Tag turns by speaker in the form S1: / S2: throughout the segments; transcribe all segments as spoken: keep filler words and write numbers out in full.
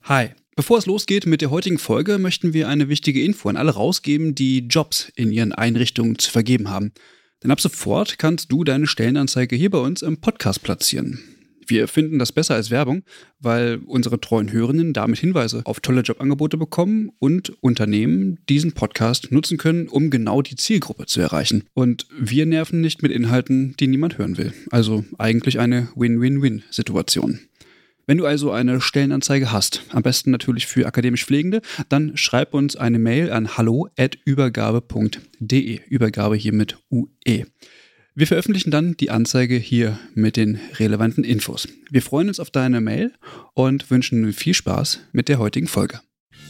S1: Hi. Bevor es losgeht mit der heutigen Folge, möchten wir eine wichtige Info an alle rausgeben, die Jobs in ihren Einrichtungen zu vergeben haben. Denn ab sofort kannst du deine Stellenanzeige hier bei uns im Podcast platzieren. Wir finden das besser als Werbung, weil unsere treuen Hörerinnen damit Hinweise auf tolle Jobangebote bekommen und Unternehmen diesen Podcast nutzen können, um genau die Zielgruppe zu erreichen. Und wir nerven nicht mit Inhalten, die niemand hören will. Also eigentlich eine Win-Win-Win-Situation. Wenn du also eine Stellenanzeige hast, am besten natürlich für akademisch Pflegende, dann schreib uns eine Mail an hallo at übergabe punkt de. Übergabe hier mit U E. Wir veröffentlichen dann die Anzeige hier mit den relevanten Infos. Wir freuen uns auf deine Mail und wünschen viel Spaß mit der heutigen Folge.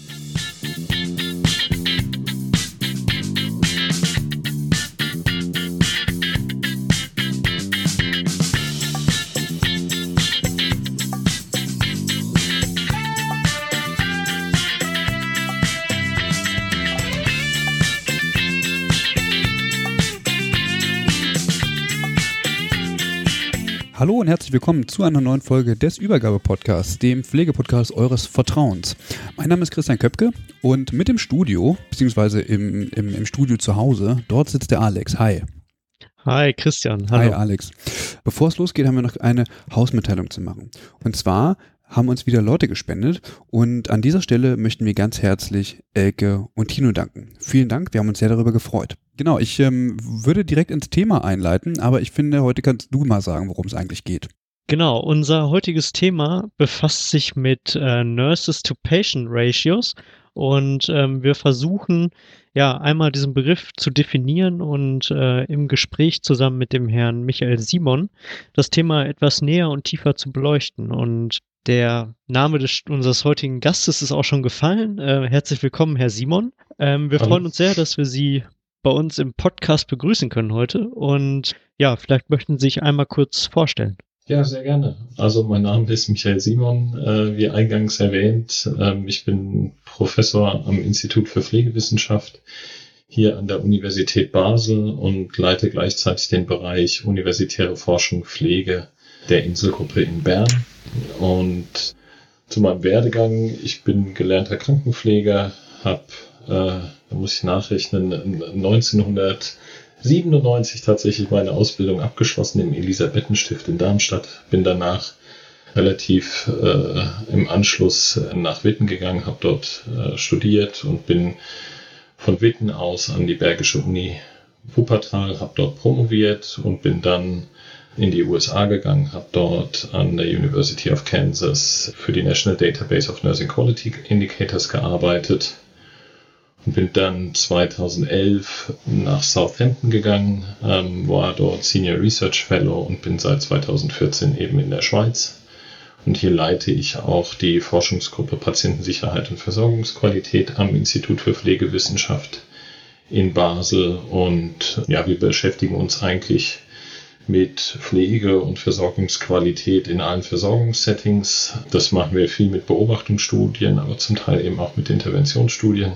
S1: Hallo und herzlich willkommen zu einer neuen Folge des Übergabe-Podcasts, dem Pflegepodcast eures Vertrauens. Mein Name ist Christian Köpke und mit im Studio, beziehungsweise im, im, im Studio zu Hause, dort sitzt der Alex. Hi.
S2: Hi Christian, hallo.
S1: Hi Alex. Bevor es losgeht, haben wir noch eine Hausmitteilung zu machen. Und zwar haben uns wieder Leute gespendet und an dieser Stelle möchten wir ganz herzlich Elke und Tino danken. Vielen Dank, wir haben uns sehr darüber gefreut. Genau, ich ähm, würde direkt ins Thema einleiten, aber ich finde, heute kannst du mal sagen, worum es eigentlich geht.
S2: Genau, unser heutiges Thema befasst sich mit äh, Nurses-to-Patient-Ratios und ähm, wir versuchen ja einmal diesen Begriff zu definieren und äh, im Gespräch zusammen mit dem Herrn Michael Simon das Thema etwas näher und tiefer zu beleuchten. Und der Name des, unseres heutigen Gastes ist auch schon gefallen. Äh, herzlich willkommen, Herr Simon. Ähm, wir
S3: Hallo.
S2: freuen uns sehr, dass wir Sie bei uns im Podcast begrüßen können heute. Und ja, vielleicht möchten Sie sich einmal kurz vorstellen.
S3: Ja, sehr gerne. Also mein Name ist Michael Simon, äh, wie eingangs erwähnt. Ähm, ich bin Professor am Institut für Pflegewissenschaft hier an der Universität Basel und leite gleichzeitig den Bereich Universitäre Forschung Pflege der Inselgruppe in Bern. Und zu meinem Werdegang: Ich bin gelernter Krankenpfleger, habe, äh, da muss ich nachrechnen, neunzehnhundertsiebenundneunzig tatsächlich meine Ausbildung abgeschlossen im Elisabethenstift in Darmstadt. Bin danach relativ äh, im Anschluss nach Witten gegangen, habe dort äh, studiert und bin von Witten aus an die Bergische Uni Wuppertal, habe dort promoviert und bin dann in die U S A gegangen, habe dort an der University of Kansas für die National Database of Nursing Quality Indicators gearbeitet und bin dann zweitausendelf nach Southampton gegangen, ähm, war dort Senior Research Fellow und bin seit zweitausendvierzehn eben in der Schweiz. Und hier leite ich auch die Forschungsgruppe Patientensicherheit und Versorgungsqualität am Institut für Pflegewissenschaft in Basel. Und ja, wir beschäftigen uns eigentlich mit Pflege und Versorgungsqualität in allen Versorgungssettings. Das machen wir viel mit Beobachtungsstudien, aber zum Teil eben auch mit Interventionsstudien.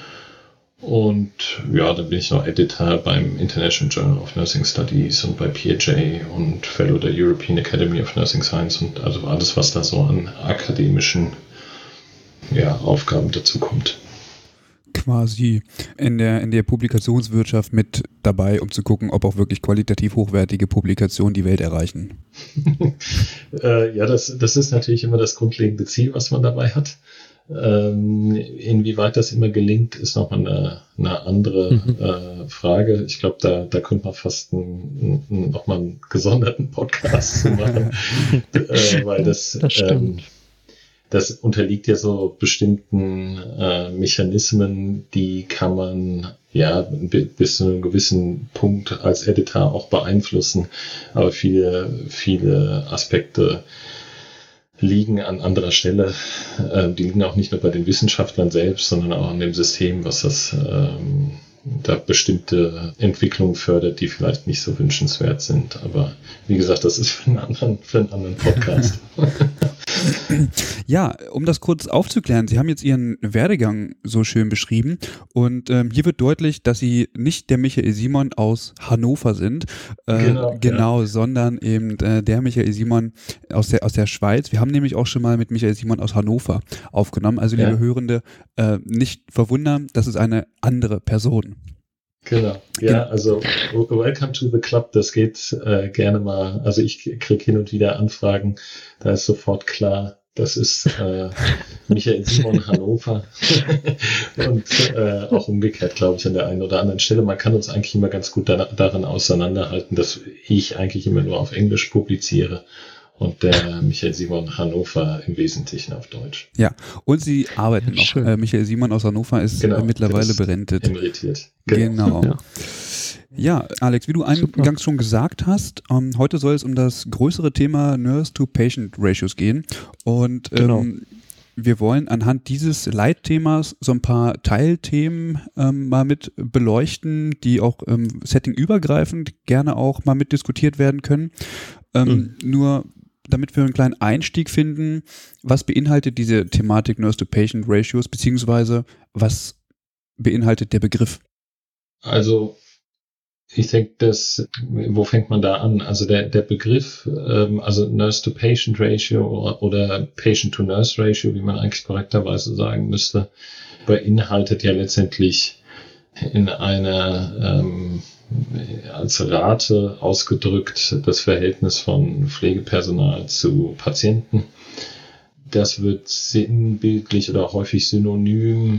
S3: Und ja, dann bin ich noch Editor beim International Journal of Nursing Studies und bei P H A und Fellow der European Academy of Nursing Science und also alles, was da so an akademischen ja, Aufgaben dazu kommt.
S1: Quasi in der, in der Publikationswirtschaft mit dabei, um zu gucken, ob auch wirklich qualitativ hochwertige Publikationen die Welt erreichen.
S3: äh, ja, das, das ist natürlich immer das grundlegende Ziel, was man dabei hat. Ähm, inwieweit das immer gelingt, ist nochmal eine, eine andere mhm. äh, Frage. Ich glaube, da, da könnte man fast nochmal einen gesonderten Podcast zu machen, äh, weil das,
S2: das stimmt.
S3: Ähm, das unterliegt ja so bestimmten äh, Mechanismen, die kann man ja bis zu einem gewissen Punkt als Editor auch beeinflussen, aber viele, viele Aspekte liegen an anderer Stelle. Äh, die liegen auch nicht nur bei den Wissenschaftlern selbst, sondern auch an dem System, was das ähm, da bestimmte Entwicklungen fördert, die vielleicht nicht so wünschenswert sind. Aber wie gesagt, das ist für einen anderen, für einen anderen Podcast.
S1: Ja, um das kurz aufzuklären, Sie haben jetzt Ihren Werdegang so schön beschrieben und ähm, hier wird deutlich, dass Sie nicht der Michael Simon aus Hannover sind, äh,
S3: Genau,
S1: genau
S3: ja.
S1: sondern eben äh, der Michael Simon aus der, aus der Schweiz. Wir haben nämlich auch schon mal mit Michael Simon aus Hannover aufgenommen, also liebe
S3: Ja.
S1: Hörende, äh, nicht verwundern, das ist eine andere Person.
S3: Genau, ja, also welcome to the club, das geht äh, gerne mal, also ich kriege hin und wieder Anfragen, da ist sofort klar, das ist äh, Michael Simon Hannover und äh, auch umgekehrt, glaube ich, an der einen oder anderen Stelle. Man kann uns eigentlich immer ganz gut da, daran auseinanderhalten, dass ich eigentlich immer nur auf Englisch publiziere und der Michael Simon Hannover im Wesentlichen auf Deutsch.
S1: Ja, und Sie arbeiten noch.
S2: Schön.
S1: Äh, Michael Simon aus Hannover ist
S3: Genau,
S1: äh, mittlerweile
S3: ist
S1: berentet.
S3: Emeritiert.
S1: Genau.
S2: Ja.
S1: Ja, Alex, wie du
S2: Super.
S1: eingangs schon gesagt hast, ähm, heute soll es um das größere Thema Nurse-to-Patient-Ratios gehen. Und ähm,
S2: Genau.
S1: wir wollen anhand dieses Leitthemas so ein paar Teilthemen ähm, mal mit beleuchten, die auch ähm, settingübergreifend gerne auch mal mit diskutiert werden können. Ähm,
S2: Mhm.
S1: Nur damit wir einen kleinen Einstieg finden, was beinhaltet diese Thematik Nurse-to-Patient-Ratios, beziehungsweise was beinhaltet der Begriff?
S3: Also ich denke, das, wo fängt man da an? Also der, der Begriff, ähm, also Nurse-to-Patient-Ratio oder, oder Patient-to-Nurse-Ratio, wie man eigentlich korrekterweise sagen müsste, beinhaltet ja letztendlich in einer ähm, als Rate ausgedrückt das Verhältnis von Pflegepersonal zu Patienten. Das wird sinnbildlich oder häufig synonym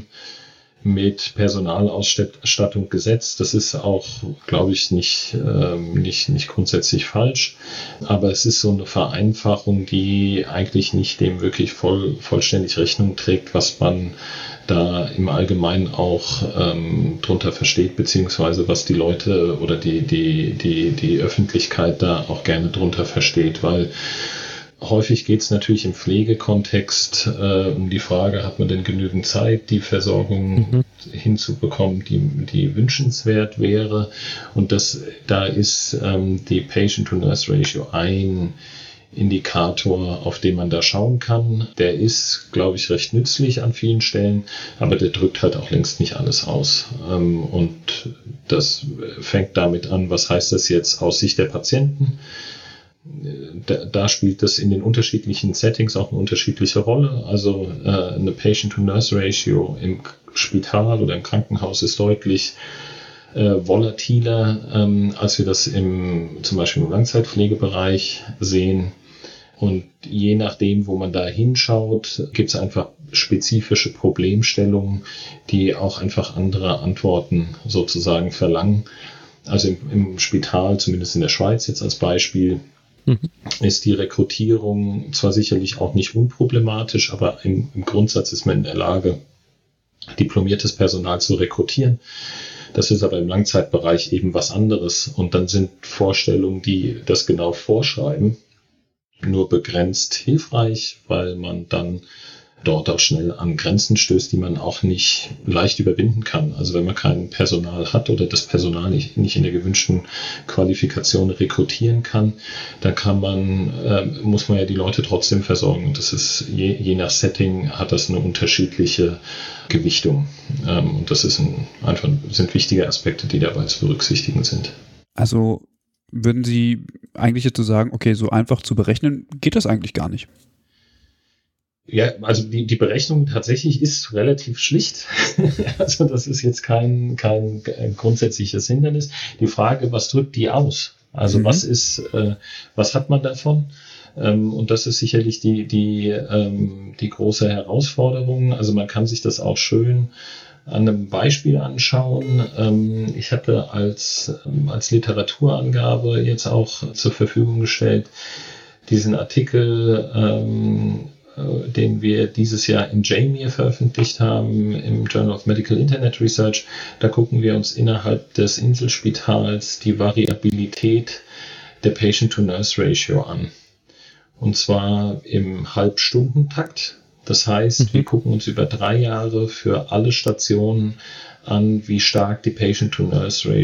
S3: mit Personalausstattung gesetzt. Das ist auch, glaube ich, nicht, ähm, nicht, nicht grundsätzlich falsch, aber es ist so eine Vereinfachung, die eigentlich nicht dem wirklich voll, vollständig Rechnung trägt, was man da im Allgemeinen auch ähm, drunter versteht, beziehungsweise was die Leute oder die, die, die, die Öffentlichkeit da auch gerne drunter versteht, weil häufig geht es natürlich im Pflegekontext äh, um die Frage, hat man denn genügend Zeit, die Versorgung mhm. hinzubekommen, die, die wünschenswert wäre. Und das, da ist ähm, die Patient-to-Nurse-Ratio ein Indikator, auf den man da schauen kann. Der ist, glaube ich, recht nützlich an vielen Stellen, aber der drückt halt auch längst nicht alles aus. Ähm, und das fängt damit an, was heißt das jetzt aus Sicht der Patienten? Da, da spielt das in den unterschiedlichen Settings auch eine unterschiedliche Rolle. Also äh, eine Patient-to-Nurse-Ratio im Spital oder im Krankenhaus ist deutlich äh, volatiler, ähm, als wir das im, zum Beispiel im Langzeitpflegebereich sehen. Und je nachdem, wo man da hinschaut, gibt es einfach spezifische Problemstellungen, die auch einfach andere Antworten sozusagen verlangen. Also im, im Spital, zumindest in der Schweiz jetzt als Beispiel, ist die Rekrutierung zwar sicherlich auch nicht unproblematisch, aber im, im Grundsatz ist man in der Lage, diplomiertes Personal zu rekrutieren. Das ist aber im Langzeitbereich eben was anderes. Und dann sind Vorstellungen, die das genau vorschreiben, nur begrenzt hilfreich, weil man dann dort auch schnell an Grenzen stößt, die man auch nicht leicht überwinden kann. Also wenn man kein Personal hat oder das Personal nicht, nicht in der gewünschten Qualifikation rekrutieren kann, dann kann man, äh, muss man ja die Leute trotzdem versorgen. Und das ist je, je nach Setting hat das eine unterschiedliche Gewichtung. Ähm, und das ist ein, einfach sind wichtige Aspekte, die dabei zu berücksichtigen sind.
S1: Also würden Sie eigentlich jetzt so sagen, okay, so einfach zu berechnen, geht das eigentlich gar nicht?
S3: Ja, also die, die Berechnung tatsächlich ist relativ schlicht. Also das ist jetzt kein, kein grundsätzliches Hindernis. Die Frage, was drückt die aus? Also mhm. was ist, äh, was hat man davon? Ähm, und das ist sicherlich die, die, ähm, die große Herausforderung. Also man kann sich das auch schön an einem Beispiel anschauen. Ähm, ich hatte als, ähm, als Literaturangabe jetzt auch zur Verfügung gestellt diesen Artikel, ähm, den wir dieses Jahr in J M I R veröffentlicht haben, im Journal of Medical Internet Research. Da gucken wir uns innerhalb des Inselspitals die Variabilität der Patient-to-Nurse-Ratio an. Und zwar im Halbstundentakt. Das heißt, mhm. wir gucken uns über drei Jahre für alle Stationen an, wie stark die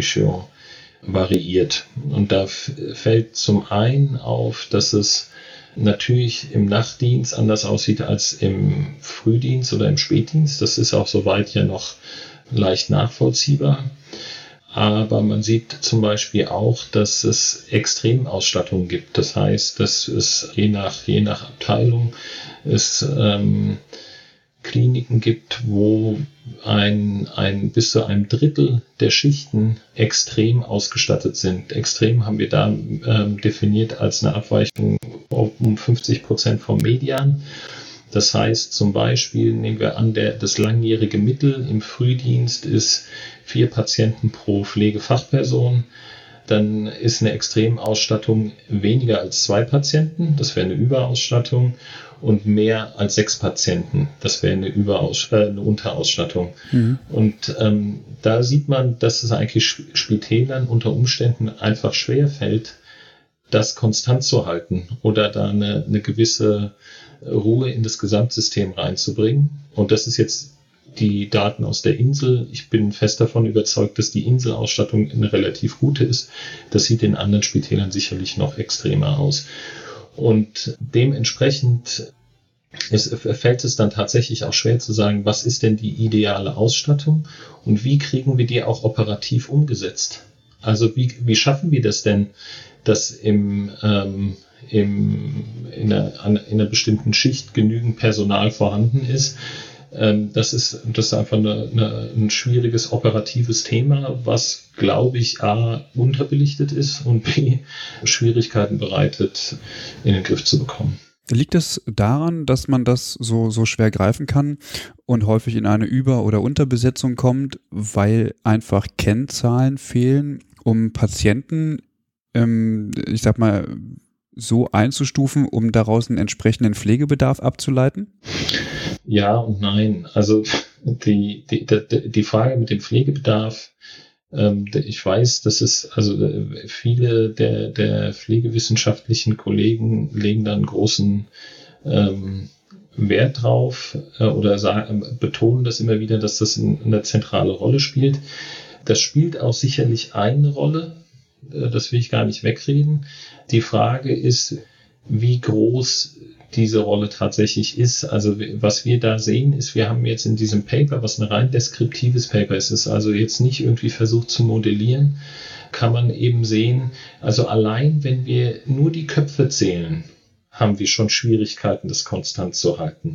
S3: Patient-to-Nurse-Ratio variiert. Und da f- fällt zum einen auf, dass es natürlich im Nachtdienst anders aussieht als im Frühdienst oder im Spätdienst. Das ist auch soweit ja noch leicht nachvollziehbar. Aber man sieht zum Beispiel auch, dass es Extremausstattungen gibt. Das heißt, dass es je nach, je nach Abteilung es ähm, Kliniken gibt, wo ein, ein bis zu einem Drittel der Schichten extrem ausgestattet sind. Extrem haben wir da ähm, definiert als eine Abweichung um fünfzig Prozent vom Median. Das heißt zum Beispiel, nehmen wir an, der, das langjährige Mittel im Frühdienst ist vier Patienten pro Pflegefachperson. Dann ist eine Extremausstattung weniger als zwei Patienten, das wäre eine Überausstattung, und mehr als sechs Patienten, das wäre eine, Überaus- äh, eine Unterausstattung. Mhm. Und ähm, da sieht man, dass es eigentlich Spitälern unter Umständen einfach schwer fällt, das konstant zu halten oder da eine, eine gewisse Ruhe in das Gesamtsystem reinzubringen. Und das ist jetzt die Daten aus der Insel. Ich bin fest davon überzeugt, dass die Inselausstattung eine relativ gute ist. Das sieht in anderen Spitälern sicherlich noch extremer aus. Und dementsprechend ist, fällt es dann tatsächlich auch schwer zu sagen, was ist denn die ideale Ausstattung und wie kriegen wir die auch operativ umgesetzt? Also wie, wie schaffen wir das denn, dass im, ähm, im, in, einer, in einer bestimmten Schicht genügend Personal vorhanden ist? Das ist, das ist einfach eine, eine, ein schwieriges operatives Thema, was, glaube ich, A, unterbelichtet ist und B, Schwierigkeiten bereitet, in den Griff zu bekommen.
S1: Liegt es daran, dass man das so, so schwer greifen kann und häufig in eine Über- oder Unterbesetzung kommt, weil einfach Kennzahlen fehlen, um Patienten, ähm, ich sag mal, so einzustufen, um daraus einen entsprechenden Pflegebedarf abzuleiten?
S3: Ja und nein. Also die, die, die, die Frage mit dem Pflegebedarf, ähm, ich weiß, dass es, also viele der, der pflegewissenschaftlichen Kollegen legen da einen großen ähm, Wert drauf äh, oder sagen, betonen das immer wieder, dass das in, eine zentrale Rolle spielt. Das spielt auch sicherlich eine Rolle, äh, das will ich gar nicht wegreden. Die Frage ist, wie groß diese Rolle tatsächlich ist. Also was wir da sehen, ist, wir haben jetzt in diesem Paper, was ein rein deskriptives Paper ist, ist also jetzt nicht irgendwie versucht zu modellieren, kann man eben sehen, also allein wenn wir nur die Köpfe zählen, haben wir schon Schwierigkeiten, das konstant zu halten.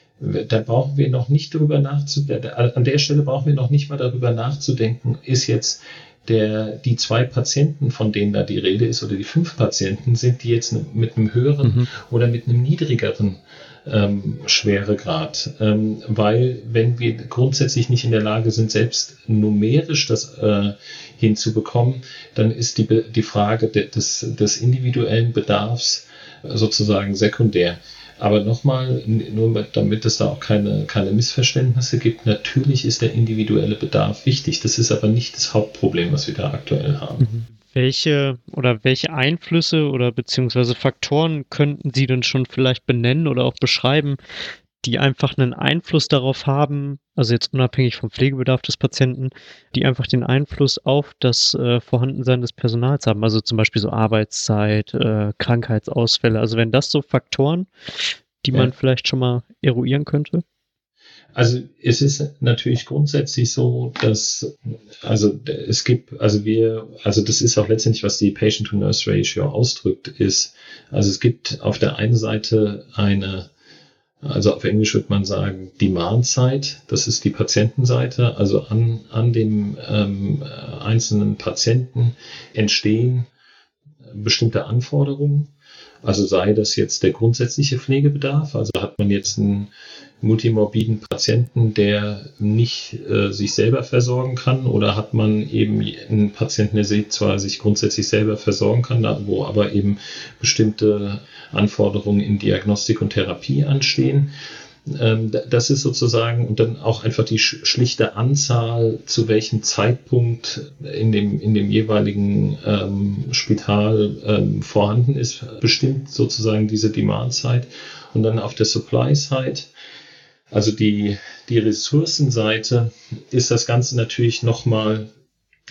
S3: Da brauchen wir noch nicht darüber nachzudenken, an der Stelle brauchen wir noch nicht mal darüber nachzudenken, ist jetzt Der, die zwei Patienten, von denen da die Rede ist, oder die fünf Patienten, sind die jetzt mit einem höheren mhm. oder mit einem niedrigeren ähm, Schweregrad? Ähm, weil wenn wir grundsätzlich nicht in der Lage sind, selbst numerisch das äh, hinzubekommen, dann ist die, die Frage de, des, des individuellen Bedarfs sozusagen sekundär. Aber nochmal, nur damit es da auch keine, keine Missverständnisse gibt, natürlich ist der individuelle Bedarf wichtig. Das ist aber nicht das Hauptproblem, was wir da aktuell haben.
S2: Welche oder welche Einflüsse oder beziehungsweise Faktoren könnten Sie denn schon vielleicht benennen oder auch beschreiben, die einfach einen Einfluss darauf haben, also jetzt unabhängig vom Pflegebedarf des Patienten, die einfach den Einfluss auf das äh, Vorhandensein des Personals haben, also zum Beispiel so Arbeitszeit, äh, Krankheitsausfälle, also wenn das so Faktoren, die ja. man vielleicht schon mal eruieren könnte?
S3: Also es ist natürlich grundsätzlich so, dass, also es gibt, also wir, also das ist auch letztendlich, was die Patient-to-Nurse-Ratio ausdrückt, ist, also es gibt auf der einen Seite eine, also auf Englisch würde man sagen Demand-Side, das ist die Patientenseite, also an, an dem ähm, einzelnen Patienten entstehen bestimmte Anforderungen, also sei das jetzt der grundsätzliche Pflegebedarf, also hat man jetzt einen multimorbiden Patienten, der nicht äh, sich selber versorgen kann, oder hat man eben einen Patienten, der zwar sich grundsätzlich selber versorgen kann, wo aber eben bestimmte Anforderungen in Diagnostik und Therapie anstehen. Ähm, das ist sozusagen, und dann auch einfach die schlichte Anzahl, zu welchem Zeitpunkt in dem, in dem jeweiligen ähm, Spital ähm, vorhanden ist, bestimmt sozusagen diese Demand-Side. Und dann auf der Supply-Side, also die, die Ressourcenseite, ist das Ganze natürlich nochmal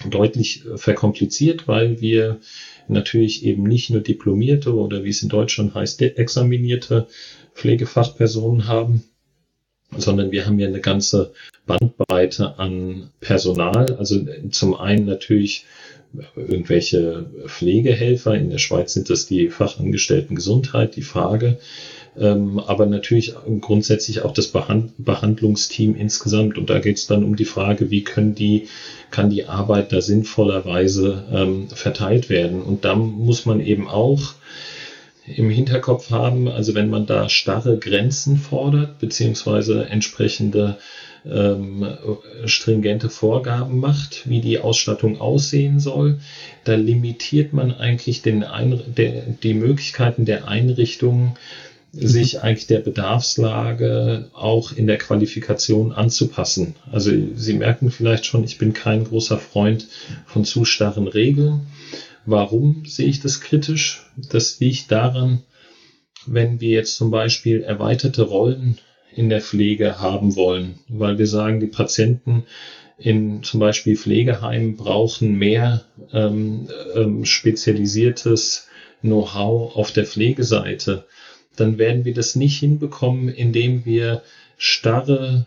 S3: deutlich verkompliziert, weil wir natürlich eben nicht nur diplomierte oder wie es in Deutschland heißt, examinierte Pflegefachpersonen haben, sondern wir haben ja eine ganze Bandbreite an Personal. Also zum einen natürlich irgendwelche Pflegehelfer. In der Schweiz sind das die Fachangestellten Gesundheit, die Frage. Ähm, aber natürlich grundsätzlich auch das Behand- Behandlungsteam insgesamt. Und da geht es dann um die Frage, wie können die, kann die Arbeit da sinnvollerweise ähm, verteilt werden. Und da muss man eben auch im Hinterkopf haben, also wenn man da starre Grenzen fordert, beziehungsweise entsprechende ähm, stringente Vorgaben macht, wie die Ausstattung aussehen soll, da limitiert man eigentlich den Ein- der, die Möglichkeiten der Einrichtungen, sich eigentlich der Bedarfslage auch in der Qualifikation anzupassen. Also Sie merken vielleicht schon, ich bin kein großer Freund von zu starren Regeln. Warum sehe ich das kritisch? Das liegt daran, wenn wir jetzt zum Beispiel erweiterte Rollen in der Pflege haben wollen, weil wir sagen, die Patienten in zum Beispiel Pflegeheimen brauchen mehr ähm, ähm, spezialisiertes Know-how auf der Pflegeseite, dann werden wir das nicht hinbekommen, indem wir starre,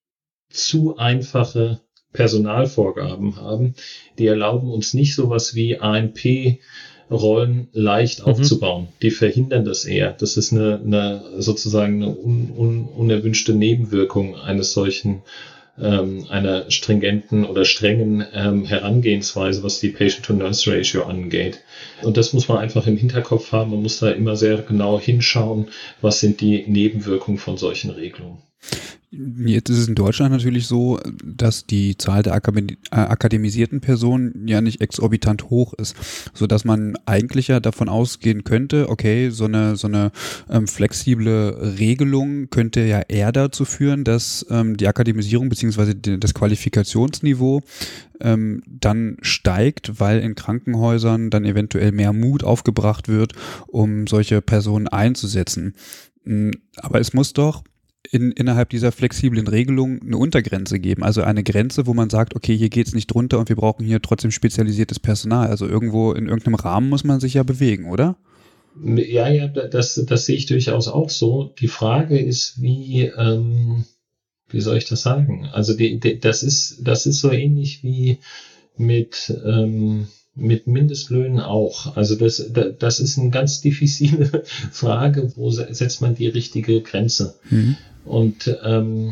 S3: zu einfache Personalvorgaben haben. Die erlauben uns nicht sowas wie A N P-Rollen leicht mhm. aufzubauen. Die verhindern das eher. Das ist eine, eine sozusagen eine un, un, unerwünschte Nebenwirkung eines solchen ähm, einer stringenten oder strengen ähm, Herangehensweise, was die Patient-to-Nurse-Ratio angeht. Und das muss man einfach im Hinterkopf haben. Man muss da immer sehr genau hinschauen, was sind die Nebenwirkungen von solchen Regelungen.
S1: Jetzt ist es in Deutschland natürlich so, dass die Zahl der akademi- äh, akademisierten Personen ja nicht exorbitant hoch ist, sodass man eigentlich ja davon ausgehen könnte, okay, so eine so eine ähm, flexible Regelung könnte ja eher dazu führen, dass ähm, die Akademisierung bzw. das Qualifikationsniveau ähm, dann steigt, weil in Krankenhäusern dann eventuell mehr Mut aufgebracht wird, um solche Personen einzusetzen. Aber es muss doch In, innerhalb dieser flexiblen Regelung eine Untergrenze geben, also eine Grenze, wo man sagt, okay, hier geht's nicht drunter und wir brauchen hier trotzdem spezialisiertes Personal. Also irgendwo in irgendeinem Rahmen muss man sich ja bewegen, oder?
S3: Ja, ja, das, das sehe ich durchaus auch so. Die Frage ist, wie, ähm, wie soll ich das sagen? Also die, die, das ist, das ist so ähnlich wie mit ähm, mit Mindestlöhnen auch. Also das, das ist eine ganz diffizile Frage, wo setzt man die richtige Grenze? Mhm. Und ähm,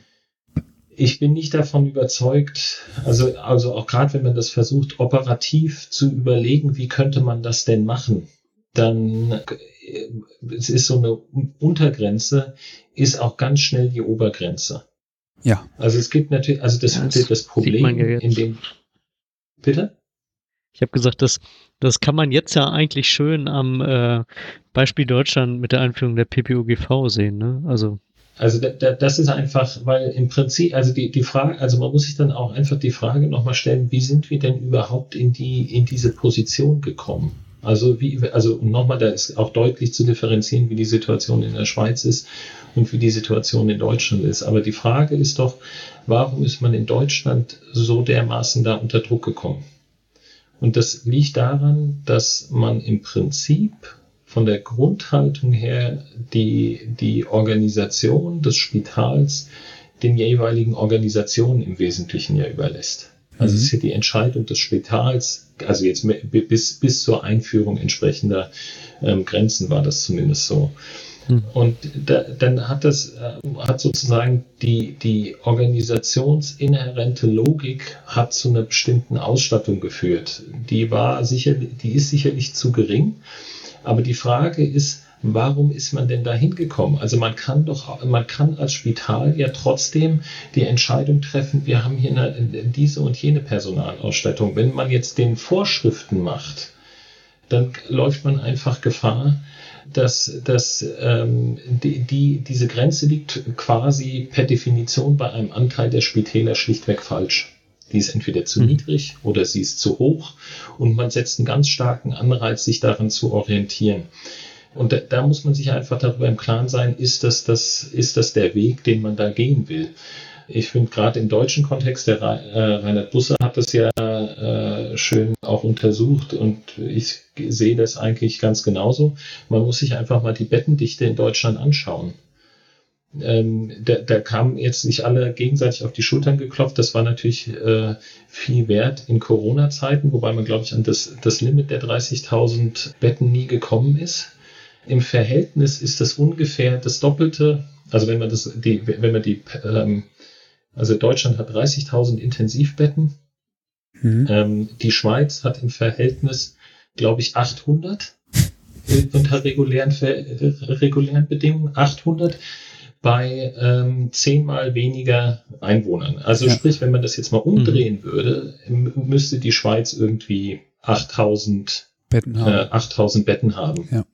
S3: ich bin nicht davon überzeugt, also, also auch gerade wenn man das versucht, operativ zu überlegen, wie könnte man das denn machen, dann es ist so eine Untergrenze, ist auch ganz schnell die Obergrenze.
S1: Ja.
S3: Also es gibt natürlich, also das, ja, das, das Problem ja in dem, bitte?
S2: Ich habe gesagt, das, das kann man jetzt ja eigentlich schön am äh, Beispiel Deutschland mit der Einführung der P P O G V sehen, ne? Also
S3: Also da, da, das ist einfach, weil im Prinzip, also die, die Frage, also man muss sich dann auch einfach die Frage nochmal stellen, wie sind wir denn überhaupt in die, in diese Position gekommen? Also wie, also nochmal, da ist auch deutlich zu differenzieren, wie die Situation in der Schweiz ist und wie die Situation in Deutschland ist. Aber die Frage ist doch, warum ist man in Deutschland so dermaßen da unter Druck gekommen? Und das liegt daran, dass man im Prinzip von der Grundhaltung her die, die Organisation des Spitals den jeweiligen Organisationen im Wesentlichen ja überlässt. Also mhm. es ist ja die Entscheidung des Spitals, also jetzt bis, bis zur Einführung entsprechender ähm, Grenzen war das zumindest so. Mhm. Und da, dann hat das, äh, hat sozusagen die, die organisationsinhärente Logik hat zu einer bestimmten Ausstattung geführt. Die war sicher, die ist sicherlich zu gering. Aber die Frage ist, warum ist man denn da hingekommen? Also man kann doch, man kann als Spital ja trotzdem die Entscheidung treffen, wir haben hier eine, diese und jene Personalausstattung. Wenn man jetzt den Vorschriften macht, dann läuft man einfach Gefahr, dass, dass ähm, die, die, diese Grenze liegt quasi per Definition bei einem Anteil der Spitäler schlichtweg falsch. Die ist entweder zu niedrig oder sie ist zu hoch und man setzt einen ganz starken Anreiz, sich daran zu orientieren. Und da, da muss man sich einfach darüber im Klaren sein, ist das, das, ist das der Weg, den man da gehen will? ich finde gerade im deutschen Kontext, der äh, Reinhard Busse hat das ja äh, schön auch untersucht und ich sehe das eigentlich ganz genauso. Man muss sich einfach mal die Bettendichte in Deutschland anschauen. Ähm, da, da kamen jetzt nicht alle gegenseitig auf die Schultern geklopft. Das war natürlich äh, viel wert in Corona-Zeiten, wobei man, glaube ich, an das, das Limit der dreißigtausend Betten nie gekommen ist. Im Verhältnis ist das ungefähr das Doppelte. Also wenn man das, die, wenn man die, ähm, also Deutschland hat dreißigtausend Intensivbetten. Mhm. Ähm, die Schweiz hat im Verhältnis, glaube ich, achthundert unter regulären, regulären Bedingungen. achthundert. Bei ähm, zehnmal weniger Einwohnern. Also ja. Sprich, wenn man das jetzt mal umdrehen mhm. würde, m- müsste die Schweiz irgendwie achttausend Betten haben. Äh, achttausend Betten haben.
S1: Ja.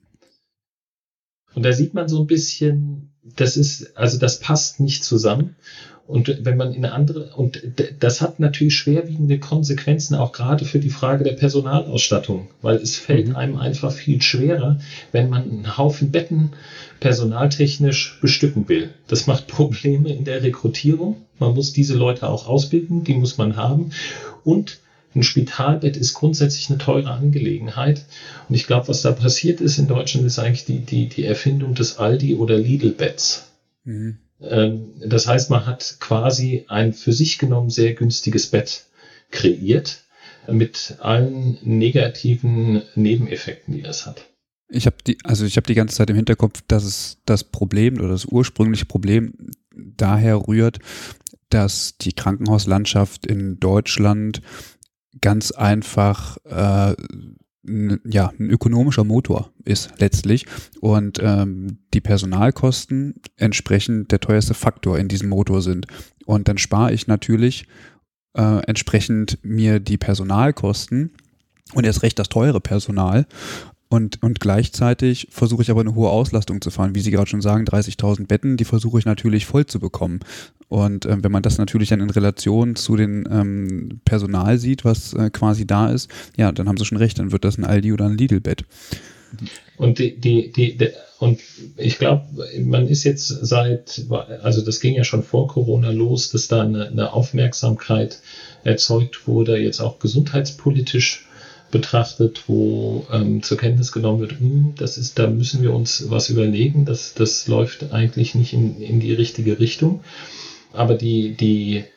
S3: Und da sieht man so ein bisschen, das ist, also das passt nicht zusammen. Und wenn man in eine andere, und das hat natürlich schwerwiegende Konsequenzen auch gerade für die Frage der Personalausstattung, weil es fällt mhm. einem einfach viel schwerer, wenn man einen Haufen Betten personaltechnisch bestücken will. Das macht Probleme in der Rekrutierung. Man muss diese Leute auch ausbilden, die muss man haben. Und ein Spitalbett ist grundsätzlich eine teure Angelegenheit. Und ich glaube, was da passiert ist in Deutschland, ist eigentlich die, die, die Erfindung des Aldi- oder Lidl-Betts. Mhm. Das heißt, man hat quasi ein für sich genommen sehr günstiges Bett kreiert mit allen negativen Nebeneffekten, die das hat.
S1: Ich habe die, also ich habe die ganze Zeit im Hinterkopf, dass es das Problem oder das ursprüngliche Problem daher rührt, dass die Krankenhauslandschaft in Deutschland ganz einfach äh, n, ja, ein ökonomischer Motor ist letztlich und ähm, die Personalkosten entsprechend der teuerste Faktor in diesem Motor sind. Und dann spare ich natürlich äh, entsprechend mir die Personalkosten und erst recht das teure Personal. Und, und gleichzeitig versuche ich aber eine hohe Auslastung zu fahren. Wie Sie gerade schon sagen, dreißigtausend Betten, die versuche ich natürlich voll zu bekommen. Und äh, wenn man das natürlich dann in Relation zu dem ähm, Personal sieht, was äh, quasi da ist, ja, dann haben Sie schon recht, dann wird das ein Aldi oder ein Lidl-Bett.
S3: Und die, die, die, die und ich glaube, man ist jetzt seit, also das ging ja schon vor Corona los, dass da eine, eine Aufmerksamkeit erzeugt wurde, jetzt auch gesundheitspolitisch betrachtet, wo ähm, zur Kenntnis genommen wird, mh, das ist, da müssen wir uns was überlegen, das, das läuft eigentlich nicht in, in die richtige Richtung. Aber die, die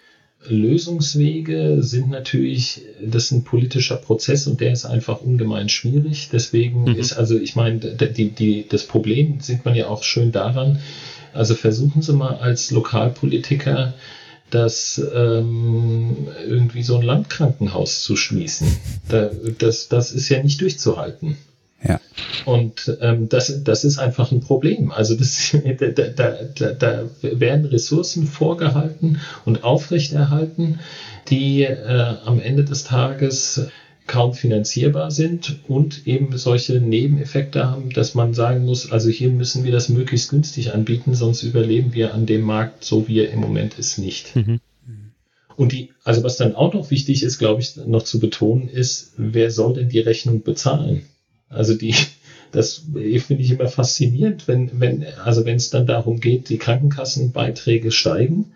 S3: Lösungswege sind natürlich, das ist ein politischer Prozess und der ist einfach ungemein schwierig. Deswegen mhm. ist, also ich meine, die, die, das Problem sieht man ja auch schön daran, also versuchen Sie mal als Lokalpolitiker das ähm, irgendwie so ein Landkrankenhaus zu schließen. Da, das, das ist ja nicht durchzuhalten.
S1: Ja.
S3: Und ähm, das, das ist einfach ein Problem. Also das, da, da, da, da werden Ressourcen vorgehalten und aufrechterhalten, die äh, am Ende des Tages kaum finanzierbar sind und eben solche Nebeneffekte haben, dass man sagen muss, also hier müssen wir das möglichst günstig anbieten, sonst überleben wir an dem Markt, so wie er im Moment ist, nicht. Mhm. Und die, also was dann auch noch wichtig ist, glaube ich, noch zu betonen, ist, wer soll denn die Rechnung bezahlen? Also die, das finde ich immer faszinierend, wenn, wenn, also wenn es dann darum geht, die Krankenkassenbeiträge steigen,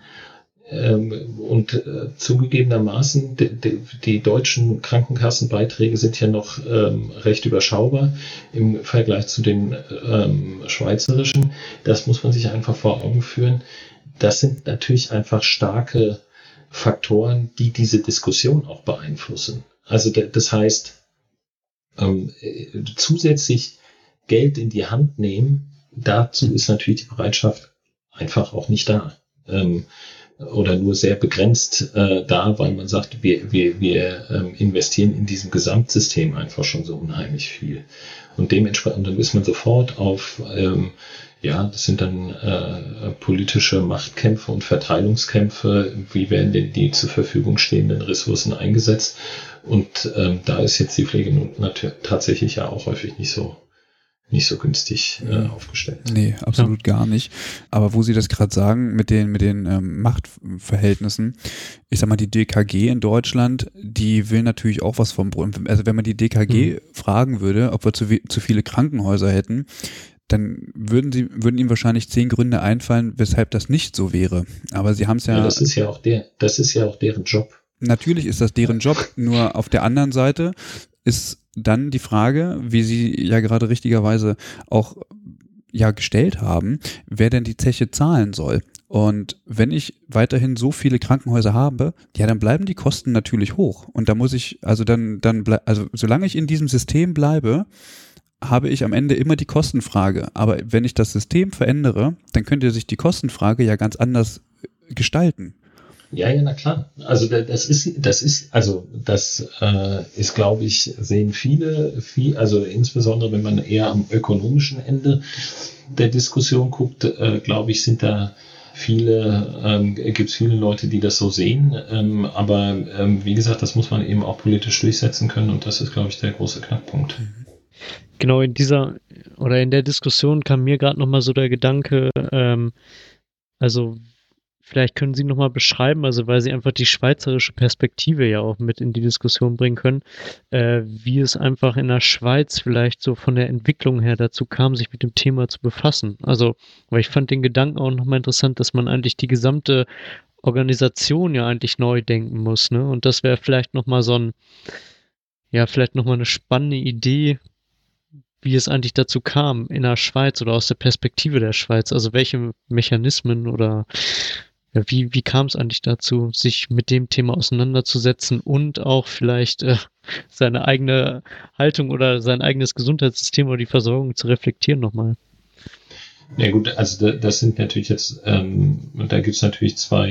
S3: ähm, und äh, zugegebenermaßen die, die, die deutschen Krankenkassenbeiträge sind ja noch ähm, recht überschaubar im Vergleich zu den ähm, schweizerischen. Das muss man sich einfach vor Augen führen. Das sind natürlich einfach starke Faktoren, die diese Diskussion auch beeinflussen. Also das heißt, ähm, zusätzlich Geld in die Hand nehmen, dazu ist natürlich die Bereitschaft einfach auch nicht da. Ähm, oder nur sehr begrenzt äh, da, weil man sagt, wir, wir, wir ähm, investieren in diesem Gesamtsystem einfach schon so unheimlich viel. Und dementsprechend dann ist man sofort auf, ähm, ja, das sind dann äh, politische Machtkämpfe und Verteilungskämpfe, wie werden denn die zur Verfügung stehenden Ressourcen eingesetzt? Und ähm, da ist jetzt die Pflege nun natürlich tatsächlich ja auch häufig nicht so nicht so günstig äh, aufgestellt.
S1: Nee, absolut ja. gar nicht. Aber wo Sie das gerade sagen, mit den, mit den ähm, Machtverhältnissen, ich sag mal, die D K G in Deutschland, die will natürlich auch was vom, also wenn man die D K G mhm. fragen würde, ob wir zu, zu viele Krankenhäuser hätten, dann würden sie, würden ihm wahrscheinlich zehn Gründe einfallen, weshalb das nicht so wäre. Aber sie haben es ja.
S3: Ja, das ist ja auch der, das ist ja auch deren Job.
S1: Natürlich ist das deren Job, nur auf der anderen Seite ist dann die Frage, wie Sie ja gerade richtigerweise auch ja gestellt haben, wer denn die Zeche zahlen soll. Und wenn ich weiterhin so viele Krankenhäuser habe, ja, dann bleiben die Kosten natürlich hoch. Und da muss ich, also dann, dann ble- also solange ich in diesem System bleibe, habe ich am Ende immer die Kostenfrage. Aber wenn ich das System verändere, dann könnte sich die Kostenfrage ja ganz anders gestalten.
S3: Ja, ja, na klar. Also das ist, das ist, also das äh, ist, glaube ich, sehen viele, viel, also insbesondere wenn man eher am ökonomischen Ende der Diskussion guckt, äh, glaube ich, sind da viele, ähm, gibt es viele Leute, die das so sehen. Ähm, aber ähm, wie gesagt, das muss man eben auch politisch durchsetzen können und das ist, glaube ich, der große Knackpunkt.
S2: Genau, in dieser oder in der Diskussion kam mir gerade nochmal so der Gedanke, ähm, also vielleicht können Sie nochmal beschreiben, also weil Sie einfach die schweizerische Perspektive ja auch mit in die Diskussion bringen können, äh, wie es einfach in der Schweiz vielleicht so von der Entwicklung her dazu kam, sich mit dem Thema zu befassen. Also, weil ich fand den Gedanken auch nochmal interessant, dass man eigentlich die gesamte Organisation ja eigentlich neu denken muss, ne? Und das wäre vielleicht nochmal so ein, ja, vielleicht nochmal eine spannende Idee, wie es eigentlich dazu kam in der Schweiz oder aus der Perspektive der Schweiz. Also welche Mechanismen oder ja, wie, wie kam es eigentlich dazu, sich mit dem Thema auseinanderzusetzen und auch vielleicht äh, seine eigene Haltung oder sein eigenes Gesundheitssystem oder die Versorgung zu reflektieren nochmal?
S3: Ja gut, also da, das sind natürlich jetzt, ähm, da gibt es natürlich zwei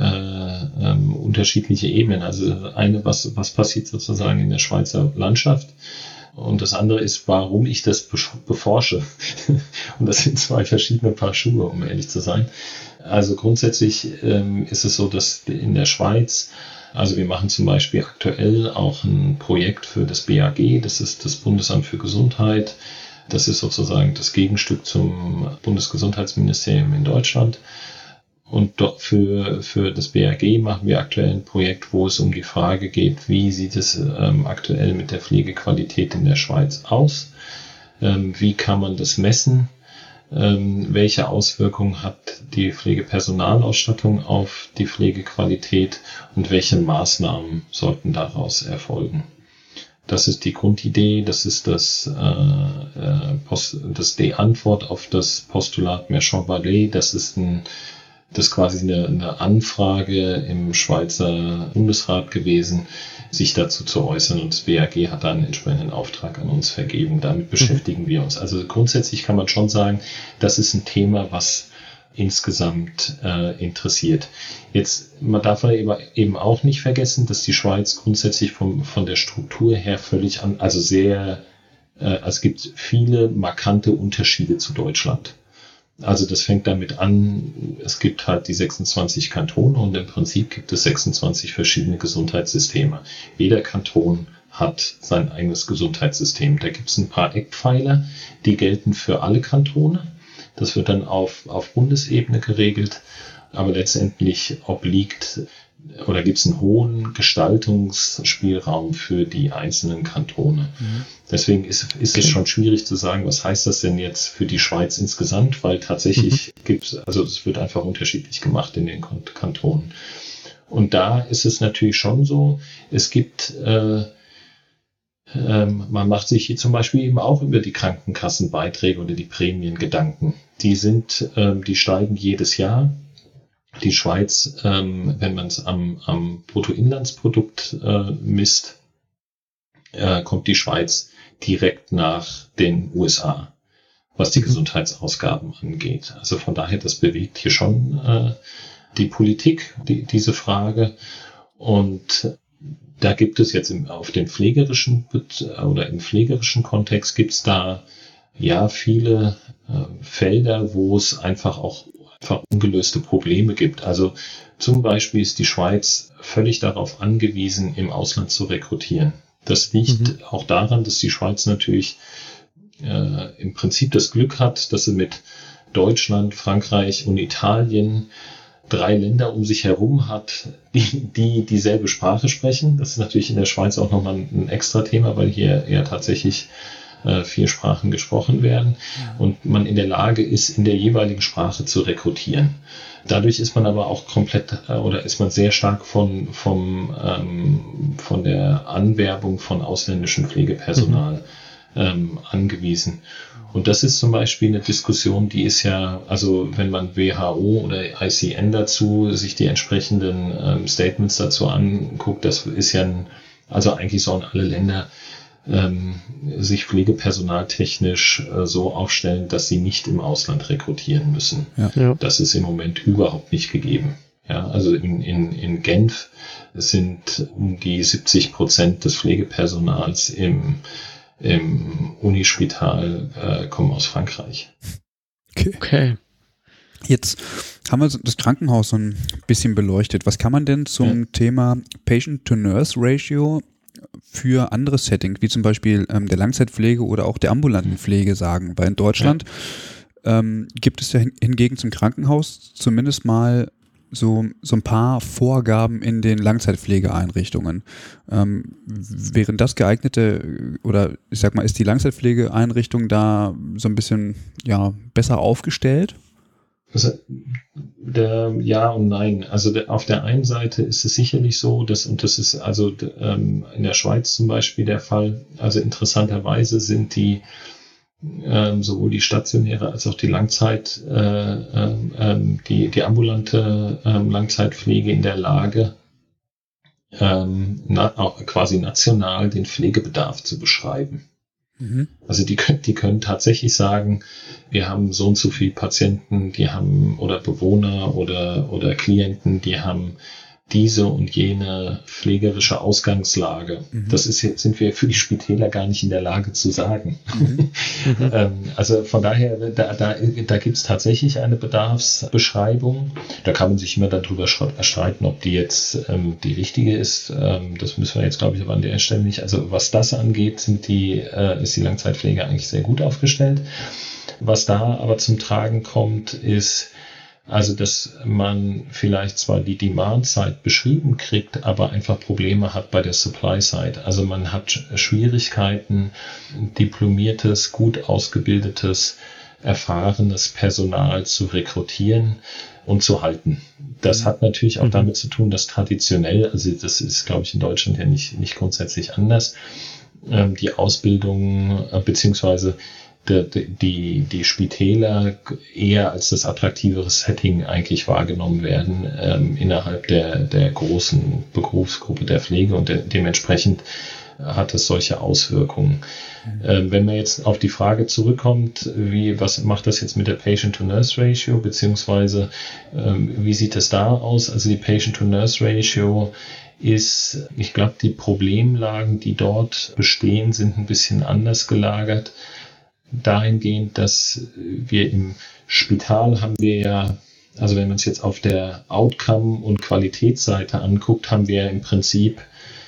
S3: äh, ähm, unterschiedliche Ebenen. Also eine, was, was passiert sozusagen in der Schweizer Landschaft und das andere ist, warum ich das beforsche. Und das sind zwei verschiedene Paar Schuhe, um ehrlich zu sein. Also grundsätzlich ähm, ist es so, dass in der Schweiz, also wir machen zum Beispiel aktuell auch ein Projekt für das B A G, das ist das Bundesamt für Gesundheit. Das ist sozusagen das Gegenstück zum Bundesgesundheitsministerium in Deutschland. Und dort für, für das B A G machen wir aktuell ein Projekt, wo es um die Frage geht, wie sieht es ähm, aktuell mit der Pflegequalität in der Schweiz aus? Ähm, wie kann man das messen? Ähm, welche Auswirkungen hat die Pflegepersonalausstattung auf die Pflegequalität und welche Maßnahmen sollten daraus erfolgen? Das ist die Grundidee, das ist das, äh, äh, Post, das die Antwort auf das Postulat Merchant-Vallée. Das ist ein, das ist quasi eine, eine Anfrage im Schweizer Bundesrat gewesen, sich dazu zu äußern, und das B A G hat da einen entsprechenden Auftrag an uns vergeben. Damit beschäftigen wir uns. Also grundsätzlich kann man schon sagen, das ist ein Thema, was insgesamt äh, interessiert. Jetzt, man darf aber eben auch nicht vergessen, dass die Schweiz grundsätzlich vom, von der Struktur her völlig an, also sehr, äh, es gibt viele markante Unterschiede zu Deutschland. Also das fängt damit an, es gibt halt die sechsundzwanzig Kantone und im Prinzip gibt es sechsundzwanzig verschiedene Gesundheitssysteme. Jeder Kanton hat sein eigenes Gesundheitssystem. Da gibt es ein paar Eckpfeiler, die gelten für alle Kantone. Das wird dann auf, auf Bundesebene geregelt, aber letztendlich obliegt oder gibt es einen hohen Gestaltungsspielraum für die einzelnen Kantone. Mhm. Deswegen ist, ist okay. es schon schwierig zu sagen, was heißt das denn jetzt für die Schweiz insgesamt, weil tatsächlich mhm. gibt es, also es wird einfach unterschiedlich gemacht in den Kantonen. Und da ist es natürlich schon so, es gibt, äh, ähm, man macht sich hier zum Beispiel eben auch über die Krankenkassenbeiträge oder die Prämien Gedanken. Die sind, ähm, die steigen jedes Jahr. Die Schweiz, ähm, wenn man es am, am Bruttoinlandsprodukt äh, misst, äh, kommt die Schweiz direkt nach den U S A, was die Gesundheitsausgaben angeht. Also von daher, das bewegt hier schon äh, die Politik, die, diese Frage. Und da gibt es jetzt im, auf dem pflegerischen oder im pflegerischen Kontext gibt es da ja viele äh, Felder, wo es einfach auch einfach ungelöste Probleme gibt. Also zum Beispiel ist die Schweiz völlig darauf angewiesen, im Ausland zu rekrutieren. Das liegt mhm. auch daran, dass die Schweiz natürlich äh, im Prinzip das Glück hat, dass sie mit Deutschland, Frankreich und Italien drei Länder um sich herum hat, die, die dieselbe Sprache sprechen. Das ist natürlich in der Schweiz auch nochmal ein extra Thema, weil hier eher tatsächlich äh, vier Sprachen gesprochen werden und man in der Lage ist, in der jeweiligen Sprache zu rekrutieren. Dadurch ist man aber auch komplett äh, oder ist man sehr stark von, vom, ähm, von der Anwerbung von ausländischem Pflegepersonal mhm. ähm, angewiesen. Und das ist zum Beispiel eine Diskussion, die ist ja, also wenn man W H O oder I C N dazu, sich die entsprechenden ähm, Statements dazu anguckt, das ist ja ein, also eigentlich sollen alle Länder ähm, sich pflegepersonaltechnisch äh, so aufstellen, dass sie nicht im Ausland rekrutieren müssen.
S1: Ja.
S2: Ja.
S3: Das ist im Moment überhaupt nicht gegeben. Ja, also in, in, in Genf sind um die siebzig Prozent des Pflegepersonals im im Unispital äh, kommen aus Frankreich.
S1: Okay.
S2: Okay.
S1: Jetzt haben wir das Krankenhaus so ein bisschen beleuchtet. Was kann man denn zum
S3: ja.
S1: Thema Patient-to-Nurse-Ratio für andere Settings, wie zum Beispiel ähm, der Langzeitpflege oder auch der ambulanten Pflege sagen? Weil in Deutschland ja. ähm, gibt es ja hingegen zum Krankenhaus zumindest mal so, so ein paar Vorgaben in den Langzeitpflegeeinrichtungen. Ähm, wären das geeignete, oder ich sag mal, ist die Langzeitpflegeeinrichtung da so ein bisschen ja, besser aufgestellt?
S3: Also, der, ja und nein. Also der, auf der einen Seite ist es sicherlich so, dass, und das ist also ähm, in der Schweiz zum Beispiel der Fall, also interessanterweise sind die Ähm, sowohl die stationäre als auch die Langzeit, äh, ähm, die, die ambulante ähm, Langzeitpflege in der Lage, ähm, na, auch quasi national den Pflegebedarf zu beschreiben. Mhm. Also die können, die können tatsächlich sagen, wir haben so und so viele Patienten, die haben, oder Bewohner oder, oder Klienten, die haben diese und jene pflegerische Ausgangslage. Mhm. Das ist jetzt, sind wir für die Spitäler gar nicht in der Lage zu sagen. Mhm. ähm, also von daher, da, da, da gibt es tatsächlich eine Bedarfsbeschreibung. Da kann man sich immer darüber streiten, ob die jetzt ähm, die richtige ist. Ähm, das müssen wir jetzt, glaube ich, aber an der Stelle nicht. Also was das angeht, sind die, äh, ist die Langzeitpflege eigentlich sehr gut aufgestellt. Was da aber zum Tragen kommt, ist, also, dass man vielleicht zwar die Demand-Side beschrieben kriegt, aber einfach Probleme hat bei der Supply-Side. Also man hat Schwierigkeiten, diplomiertes, gut ausgebildetes, erfahrenes Personal zu rekrutieren und zu halten. Das hat natürlich auch mhm. damit zu tun, dass traditionell, also das ist, glaube ich, in Deutschland ja nicht, nicht grundsätzlich anders, ähm, die Ausbildung äh, beziehungsweise Die, die, die Spitäler eher als das attraktivere Setting eigentlich wahrgenommen werden ähm, innerhalb der, der großen Berufsgruppe der Pflege und de- dementsprechend hat es solche Auswirkungen. Mhm. Ähm, wenn man jetzt auf die Frage zurückkommt, wie, was macht das jetzt mit der Patient-to-Nurse-Ratio, beziehungsweise ähm, wie sieht es da aus? Also die Patient-to-Nurse-Ratio ist, ich glaube, die Problemlagen, die dort bestehen, sind ein bisschen anders gelagert. Dahingehend, dass wir im Spital haben wir ja, also wenn man es jetzt auf der Outcome- und Qualitätsseite anguckt, haben wir im Prinzip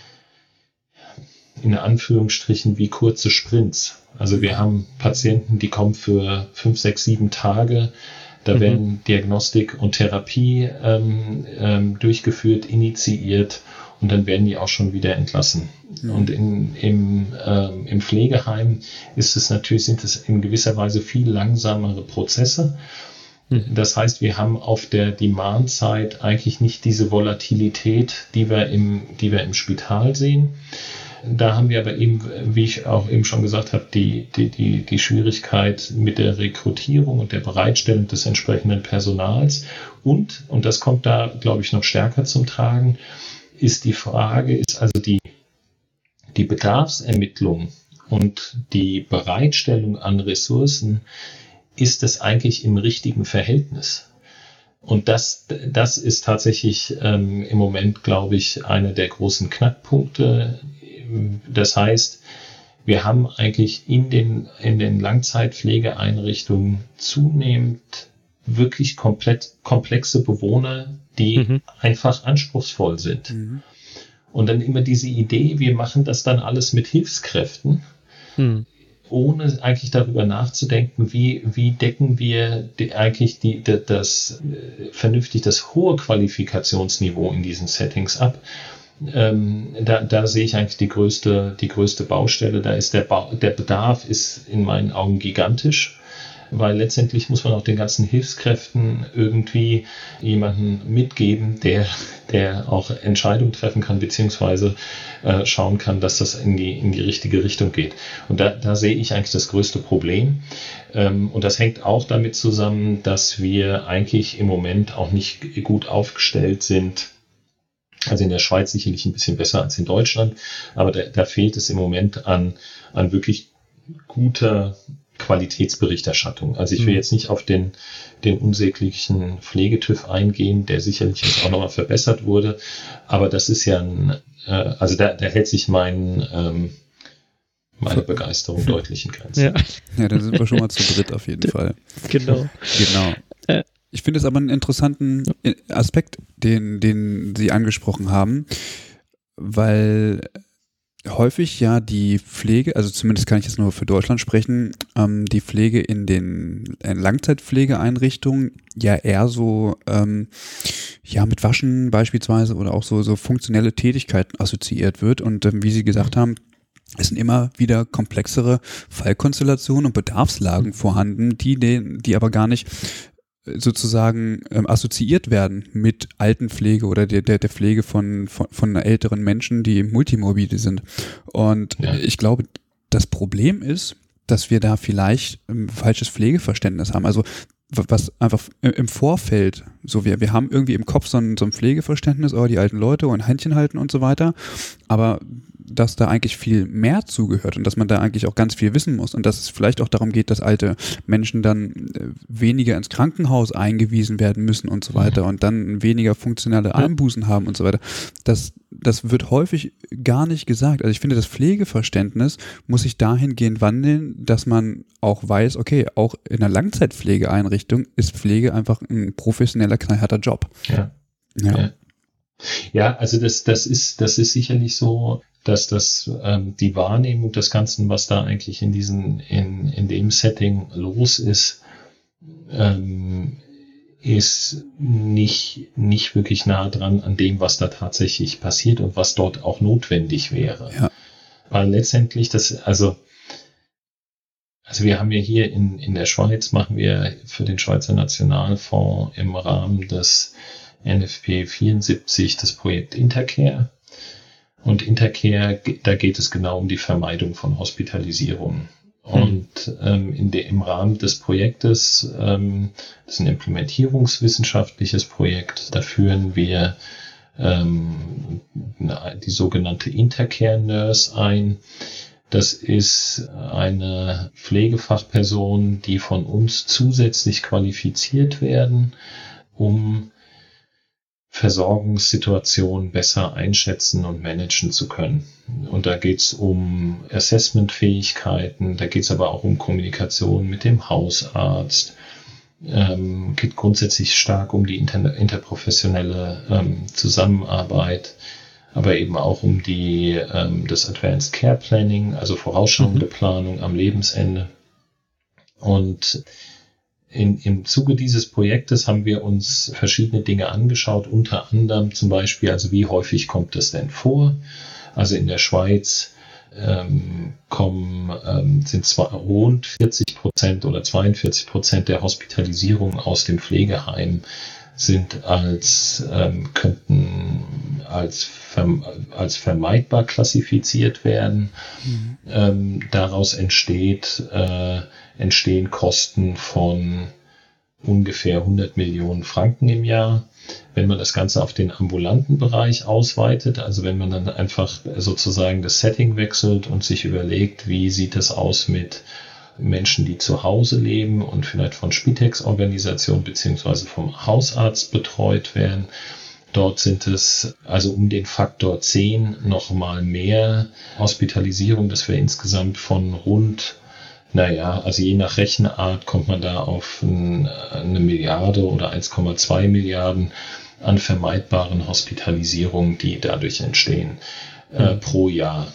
S3: in Anführungsstrichen wie kurze Sprints. Also wir haben Patienten, die kommen für fünf, sechs, sieben Tage. Da mhm. werden Diagnostik und Therapie ähm, ähm, durchgeführt, initiiert und dann werden die auch schon wieder entlassen. Mhm. Und in, im, ähm, im Pflegeheim ist es natürlich, sind es in gewisser Weise viel langsamere Prozesse. Mhm. Das heißt, wir haben auf der Demand-Side eigentlich nicht diese Volatilität, die wir im, die wir im Spital sehen. Da haben wir aber eben, wie ich auch eben schon gesagt habe, die, die, die, die Schwierigkeit mit der Rekrutierung und der Bereitstellung des entsprechenden Personals. Und, und das kommt da, glaube ich, noch stärker zum Tragen, ist die Frage, ist also die, die Bedarfsermittlung und die Bereitstellung an Ressourcen, ist das eigentlich im richtigen Verhältnis? Und das, das ist tatsächlich ähm, im Moment, glaube ich, einer der großen Knackpunkte. Das heißt, wir haben eigentlich in den, in den Langzeitpflegeeinrichtungen zunehmend wirklich komplett komplexe Bewohner, die mhm. einfach anspruchsvoll sind. Mhm. Und dann immer diese Idee, wir machen das dann alles mit Hilfskräften, mhm. ohne eigentlich darüber nachzudenken, wie, wie decken wir die, eigentlich die, die, das, vernünftig das hohe Qualifikationsniveau in diesen Settings ab. ähm, da, da sehe ich eigentlich die größte, die größte Baustelle. Da ist der, ba- der Bedarf ist in meinen Augen gigantisch, weil letztendlich muss man auch den ganzen Hilfskräften irgendwie jemanden mitgeben, der, der auch Entscheidungen treffen kann, beziehungsweise äh, schauen kann, dass das in die, in die richtige Richtung geht. Und da, da sehe ich eigentlich das größte Problem. Ähm, und das hängt auch damit zusammen, dass wir eigentlich im Moment auch nicht gut aufgestellt sind. Also in der Schweiz sicherlich ein bisschen besser als in Deutschland, aber da, da fehlt es im Moment an, an wirklich guter Qualitätsberichterstattung. Also ich will jetzt nicht auf den, den unsäglichen Pflegetüv eingehen, der sicherlich jetzt auch nochmal verbessert wurde, aber das ist ja ein, äh, also da, da hält sich mein, ähm, meine Begeisterung deutlich in Grenzen.
S2: Ja.
S1: Ja, dann sind wir schon mal zu dritt auf jeden Fall.
S2: Genau.
S1: Genau.
S2: Äh.
S1: Ich finde es aber einen interessanten Aspekt, den, den Sie angesprochen haben, weil häufig ja die Pflege, also zumindest kann ich jetzt nur für Deutschland sprechen, ähm, die Pflege in den in Langzeitpflegeeinrichtungen ja eher so ähm, ja mit Waschen beispielsweise oder auch so so funktionelle Tätigkeiten assoziiert wird und ähm, wie Sie gesagt haben, es sind immer wieder komplexere Fallkonstellationen und Bedarfslagen vorhanden, die den, die aber gar nicht sozusagen ähm, assoziiert werden mit Altenpflege oder der, der, der Pflege von, von, von älteren Menschen, die multimorbide sind. Und ja. ich glaube, das Problem ist, dass wir da vielleicht ein falsches Pflegeverständnis haben. Also was einfach im Vorfeld, so wir, wir haben irgendwie im Kopf so ein, so ein Pflegeverständnis, oh, die alten Leute und Händchen halten und so weiter, aber dass da eigentlich viel mehr zugehört und dass man da eigentlich auch ganz viel wissen muss und dass es vielleicht auch darum geht, dass alte Menschen dann weniger ins Krankenhaus eingewiesen werden müssen und so weiter und dann weniger funktionelle Einbußen haben und so weiter. Das, das wird häufig gar nicht gesagt. Also ich finde, das Pflegeverständnis muss sich dahingehend wandeln, dass man auch weiß, okay, auch in einer Langzeitpflegeeinrichtung ist Pflege einfach ein professioneller, knallharter Job.
S3: Ja.
S1: Ja,
S3: ja. ja also das, das ist, das ist sicherlich so, dass das ähm, die Wahrnehmung des Ganzen, was da eigentlich in diesen, in, in dem Setting los ist, ähm, ist nicht, nicht wirklich nah dran an dem, was da tatsächlich passiert und was dort auch notwendig wäre.
S1: Ja.
S3: Weil letztendlich das, also, also wir haben ja hier in, in der Schweiz, machen wir für den Schweizer Nationalfonds im Rahmen des N F P vierundsiebzig das Projekt Intercare. Und Intercare, da geht es genau um die Vermeidung von Hospitalisierung. Und ähm, in de, im Rahmen des Projektes, ähm, das ist ein implementierungswissenschaftliches Projekt, da führen wir ähm, die sogenannte Intercare Nurse ein. Das ist eine Pflegefachperson, die von uns zusätzlich qualifiziert werden, um Versorgungssituationen besser einschätzen und managen zu können. Und da geht es um Assessmentfähigkeiten, da geht es aber auch um Kommunikation mit dem Hausarzt, ähm, geht grundsätzlich stark um die inter- interprofessionelle ähm, Zusammenarbeit, aber eben auch um die ähm, das Advanced Care Planning, also vorausschauende mhm. Planung am Lebensende. Und In, im Zuge dieses Projektes haben wir uns verschiedene Dinge angeschaut, unter anderem zum Beispiel, also wie häufig kommt es denn vor? Also in der Schweiz ähm, kommen, ähm, sind zwar rund vierzig Prozent oder zweiundvierzig Prozent der Hospitalisierungen aus dem Pflegeheim sind als, ähm, könnten als, verm- als vermeidbar klassifiziert werden. Mhm. Ähm, daraus entsteht, äh, entstehen Kosten von ungefähr hundert Millionen Franken im Jahr. Wenn man das Ganze auf den ambulanten Bereich ausweitet, also wenn man dann einfach sozusagen das Setting wechselt und sich überlegt, wie sieht es aus mit Menschen, die zu Hause leben und vielleicht von Spitex-Organisationen beziehungsweise vom Hausarzt betreut werden. Dort sind es also um den Faktor zehn nochmal mehr Hospitalisierung, dass wir insgesamt von rund, naja, also je nach Rechenart kommt man da auf ein, eine Milliarde oder eins Komma zwei Milliarden an vermeidbaren Hospitalisierungen, die dadurch entstehen, mhm. äh, pro Jahr.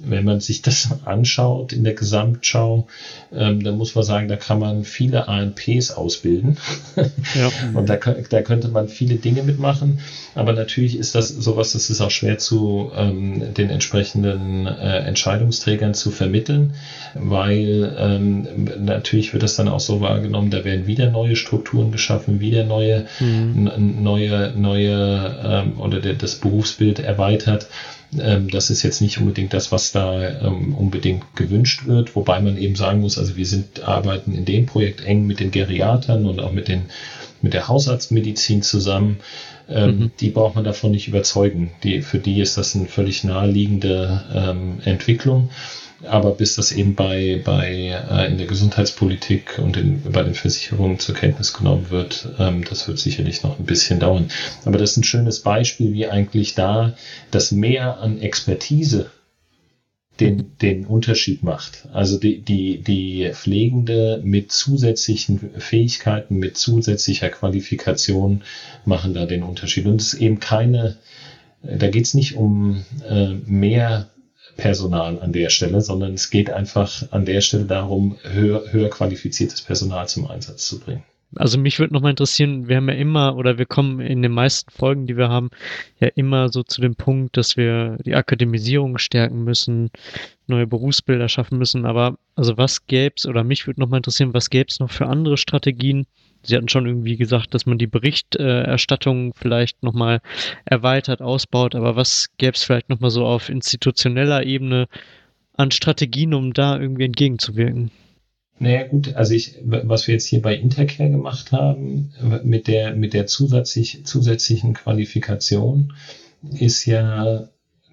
S3: wenn man sich das anschaut in der Gesamtschau, ähm, dann muss man sagen, da kann man viele A N Ps ausbilden. Ja. Und da, da könnte man viele Dinge mitmachen. Aber natürlich ist das sowas, das ist auch schwer zu ähm, den entsprechenden äh, Entscheidungsträgern zu vermitteln, weil ähm, natürlich wird das dann auch so wahrgenommen, da werden wieder neue Strukturen geschaffen, wieder neue, mhm. n- neue, neue ähm, oder der, das Berufsbild erweitert. Das ist jetzt nicht unbedingt das, was da ähm, unbedingt gewünscht wird, wobei man eben sagen muss, also wir sind arbeiten in dem Projekt eng mit den Geriatern und auch mit den mit der Hausarztmedizin zusammen. Ähm, mhm. Die braucht man davon nicht überzeugen. Die, für die ist das eine völlig naheliegende ähm, Entwicklung. Aber bis das eben bei, bei äh, in der Gesundheitspolitik und in, bei den Versicherungen zur Kenntnis genommen wird, ähm, das wird sicherlich noch ein bisschen dauern. Aber das ist ein schönes Beispiel, wie eigentlich da das Mehr an Expertise den, den Unterschied macht. Also die, die, die Pflegende mit zusätzlichen Fähigkeiten, mit zusätzlicher Qualifikation machen da den Unterschied. Und es ist eben keine, da geht es nicht um äh, mehr Personal an der Stelle, sondern es geht einfach an der Stelle darum, höher, höher qualifiziertes Personal zum Einsatz zu bringen.
S2: Also mich würde nochmal interessieren, wir haben ja immer, oder wir kommen in den meisten Folgen, die wir haben, ja immer so zu dem Punkt, dass wir die Akademisierung stärken müssen, neue Berufsbilder schaffen müssen, aber also was gäbe es, oder mich würde nochmal interessieren, was gäbe es noch für andere Strategien? Sie hatten schon irgendwie gesagt, dass man die Berichterstattung vielleicht nochmal erweitert, ausbaut, aber was gäbe es vielleicht nochmal so auf institutioneller Ebene an Strategien, um da irgendwie entgegenzuwirken?
S3: Naja gut, also ich, was wir jetzt hier bei Intercare gemacht haben, mit der, mit der zusätzlich, zusätzlichen Qualifikation, ist ja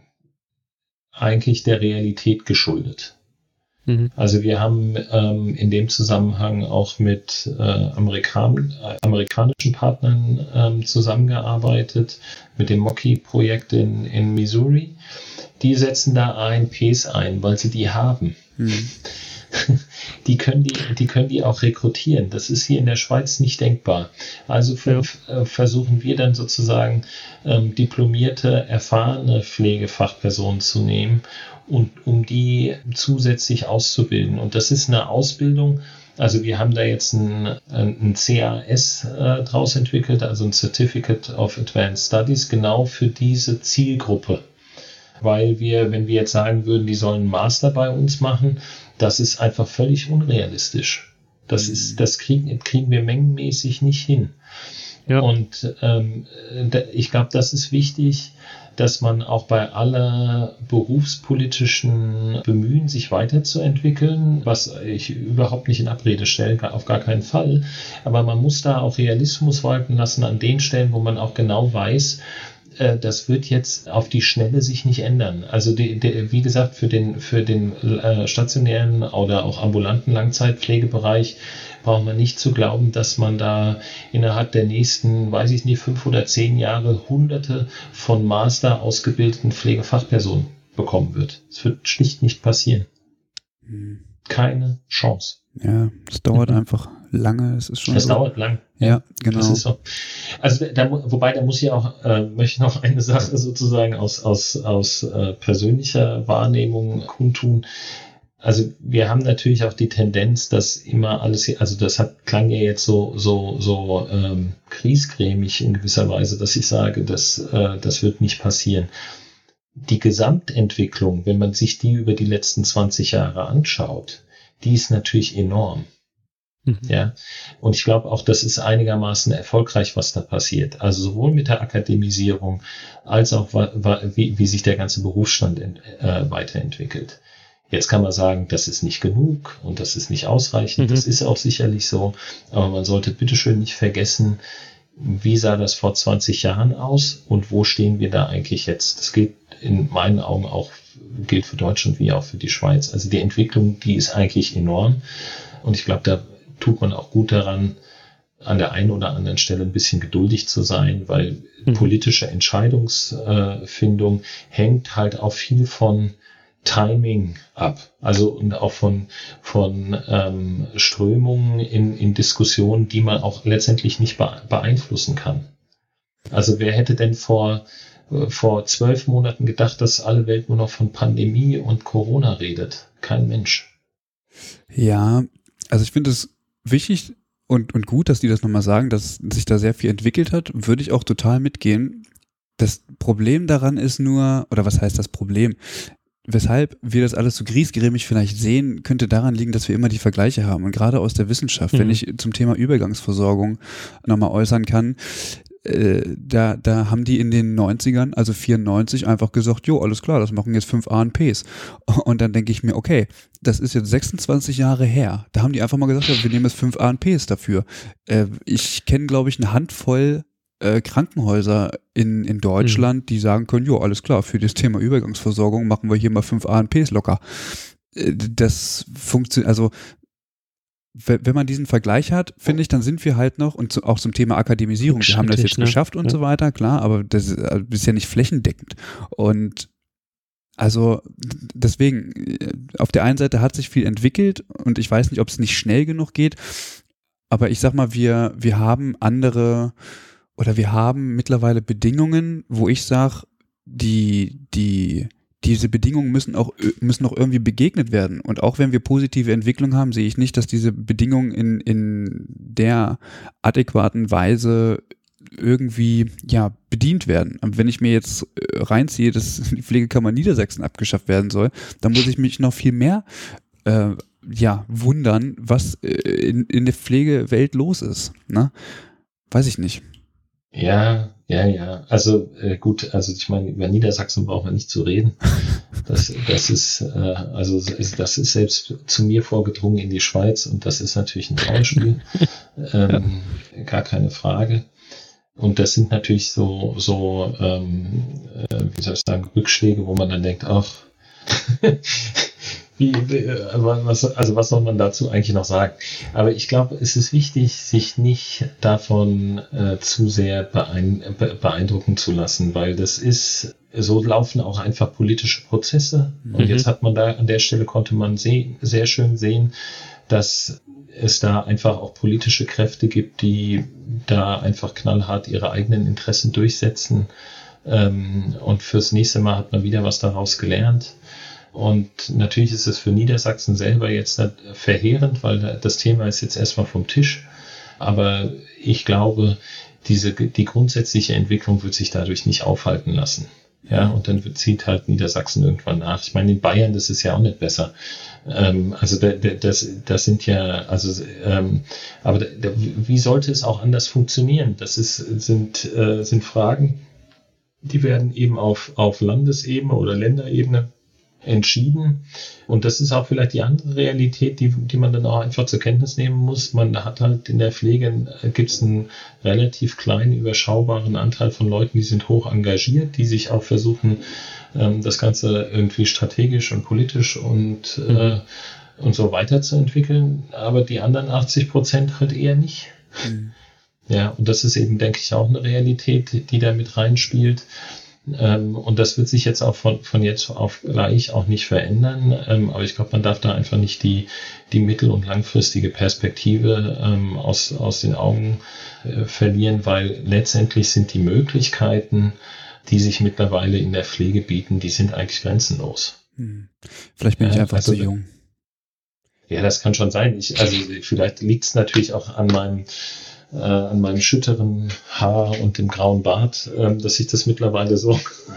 S3: eigentlich der Realität geschuldet. Mhm. Also wir haben ähm, in dem Zusammenhang auch mit äh, Amerikan- äh, amerikanischen Partnern ähm, zusammengearbeitet, mit dem M O C I-Projekt in, in Missouri. Die setzen da A N Ps ein, weil sie die haben. Mhm. Die können die, die können die auch rekrutieren. Das ist hier in der Schweiz nicht denkbar. Also für, ja. äh, versuchen wir dann sozusagen ähm, diplomierte, erfahrene Pflegefachpersonen zu nehmen und um die zusätzlich auszubilden. Und das ist eine Ausbildung. Also wir haben da jetzt ein, ein C A S äh, draus entwickelt, also ein Certificate of Advanced Studies, genau für diese Zielgruppe. Weil wir, wenn wir jetzt sagen würden, die sollen einen Master bei uns machen, das ist einfach völlig unrealistisch. Das ist, das kriegen, kriegen wir mengenmäßig nicht hin. Ja. Und ähm, ich glaube, das ist wichtig, dass man auch bei aller berufspolitischen Bemühen, sich weiterzuentwickeln, was ich überhaupt nicht in Abrede stelle, auf gar keinen Fall, aber man muss da auch Realismus walten lassen an den Stellen, wo man auch genau weiß, das wird jetzt auf die Schnelle sich nicht ändern. Also die, die, wie gesagt, für den, für den äh, stationären oder auch ambulanten Langzeitpflegebereich braucht man nicht zu glauben, dass man da innerhalb der nächsten, weiß ich nicht, fünf oder zehn Jahre hunderte von Master ausgebildeten Pflegefachpersonen bekommen wird. Es wird schlicht nicht passieren. Hm. Keine Chance.
S1: Ja, es dauert mhm. einfach lange. Es ist schon.
S3: Es
S1: so.
S3: dauert lang.
S1: Ja, genau.
S3: Das ist so. Also da, wobei, da muss ich auch, äh, möchte ich noch eine Sache sozusagen aus, aus, aus äh, persönlicher Wahrnehmung kundtun. Also wir haben natürlich auch die Tendenz, dass immer alles, also das hat, klang ja jetzt so, so, so ähm, kriescremig in gewisser Weise, dass ich sage, dass, äh, das wird nicht passieren. Die Gesamtentwicklung, wenn man sich die über die letzten zwanzig Jahre anschaut, die ist natürlich enorm. Mhm. Ja, und ich glaube auch, das ist einigermaßen erfolgreich, was da passiert. Also sowohl mit der Akademisierung als auch wie, wie sich der ganze Berufsstand äh, weiterentwickelt. Jetzt kann man sagen, das ist nicht genug und das ist nicht ausreichend. Mhm. Das ist auch sicherlich so. Aber man sollte bitteschön nicht vergessen, wie sah das vor zwanzig Jahren aus und wo stehen wir da eigentlich jetzt? Das gilt in meinen Augen auch, gilt für Deutschland wie auch für die Schweiz. Also die Entwicklung, die ist eigentlich enorm. Und ich glaube, da tut man auch gut daran, an der einen oder anderen Stelle ein bisschen geduldig zu sein, weil mhm. politische Entscheidungsfindung hängt halt auch viel von Timing ab, also und auch von von ähm, Strömungen in, in Diskussionen, die man auch letztendlich nicht be- beeinflussen kann. Also wer hätte denn vor vor zwölf Monaten gedacht, dass alle Welt nur noch von Pandemie und Corona redet. Kein Mensch.
S1: Ja, also ich finde es wichtig und, und gut, dass die das nochmal sagen, dass sich da sehr viel entwickelt hat, würde ich auch total mitgehen. Das Problem daran ist nur, oder was heißt das Problem? Weshalb wir das alles so griesgrämig vielleicht sehen, könnte daran liegen, dass wir immer die Vergleiche haben. Und gerade aus der Wissenschaft, mhm. wenn ich zum Thema Übergangsversorgung nochmal äußern kann, äh, da, da haben die in den neunzigern, also vierundneunzig, einfach gesagt, jo, alles klar, das machen jetzt fünf A N Ps. Und dann denke ich mir, okay, das ist jetzt sechsundzwanzig Jahre her. Da haben die einfach mal gesagt, ja, wir nehmen jetzt fünf A N Ps dafür. Äh, ich kenne, glaube ich, eine Handvoll Äh, Krankenhäuser in, in Deutschland, mhm. die sagen können, jo, alles klar, für das Thema Übergangsversorgung machen wir hier mal fünf A N Ps locker. Äh, das funktioniert, also w- wenn man diesen Vergleich hat, finde ich, dann sind wir halt noch, und zu, auch zum Thema Akademisierung, wir haben das jetzt ne? geschafft und ja. so weiter, klar, aber das ist, das ist ja nicht flächendeckend. Und also deswegen, auf der einen Seite hat sich viel entwickelt und ich weiß nicht, ob es nicht schnell genug geht, aber ich sag mal, wir, wir haben andere Oder wir haben mittlerweile Bedingungen, wo ich sage, die, die, diese Bedingungen müssen auch, müssen auch irgendwie begegnet werden. Und auch wenn wir positive Entwicklung haben, sehe ich nicht, dass diese Bedingungen in, in der adäquaten Weise irgendwie, ja, bedient werden. Und wenn ich mir jetzt reinziehe, dass die Pflegekammer Niedersachsen abgeschafft werden soll, dann muss ich mich noch viel mehr, äh, ja, wundern, was in, in der Pflegewelt los ist, ne? Weiß ich nicht.
S3: Ja, ja, ja. Also äh, gut, also ich meine, über Niedersachsen brauchen wir nicht zu reden. Das, das ist, äh, also das ist selbst zu mir vorgedrungen in die Schweiz und das ist natürlich ein Trauerspiel. ähm, ja. Gar keine Frage. Und das sind natürlich so, so ähm, äh, wie soll ich sagen, Rückschläge, wo man dann denkt, ach, Wie, was, also was soll man dazu eigentlich noch sagen? Aber ich glaube, es ist wichtig, sich nicht davon äh, zu sehr beein, be, beeindrucken zu lassen, weil das ist, so laufen auch einfach politische Prozesse. Mhm. Und jetzt hat man da, an der Stelle konnte man sehen, sehr schön sehen, dass es da einfach auch politische Kräfte gibt, die da einfach knallhart ihre eigenen Interessen durchsetzen. Ähm, und fürs nächste Mal hat man wieder was daraus gelernt. Und natürlich ist es für Niedersachsen selber jetzt verheerend, weil das Thema ist jetzt erstmal vom Tisch. Aber ich glaube, diese, die grundsätzliche Entwicklung wird sich dadurch nicht aufhalten lassen. Ja, und dann zieht halt Niedersachsen irgendwann nach. Ich meine, in Bayern, das ist ja auch nicht besser. Ähm, also da, da, das, das sind ja, also, ähm, aber da, da, wie sollte es auch anders funktionieren? Das ist, sind, äh, sind Fragen, die werden eben auf, auf Landesebene oder Länderebene entschieden. Und das ist auch vielleicht die andere Realität, die, die man dann auch einfach zur Kenntnis nehmen muss. Man hat halt in der Pflege, gibt es einen relativ kleinen, überschaubaren Anteil von Leuten, die sind hoch engagiert, die sich auch versuchen, ähm, das Ganze irgendwie strategisch und politisch und, mhm. äh, und so weiterzuentwickeln. Aber die anderen achtzig Prozent halt eher nicht. Mhm. Ja, und das ist eben, denke ich, auch eine Realität, die da mit reinspielt. Ähm, und das wird sich jetzt auch von, von jetzt auf gleich auch nicht verändern. Ähm, aber ich glaube, man darf da einfach nicht die, die mittel- und langfristige Perspektive ähm, aus, aus den Augen äh, verlieren, weil letztendlich sind die Möglichkeiten, die sich mittlerweile in der Pflege bieten, die sind eigentlich grenzenlos.
S1: Hm. Vielleicht bin ich einfach
S3: also,
S1: zu jung.
S3: Ja, das kann schon sein. Ich, also vielleicht liegt es natürlich auch an meinem Äh, an meinem schütteren Haar und dem grauen Bart, ähm, dass ich das mittlerweile so,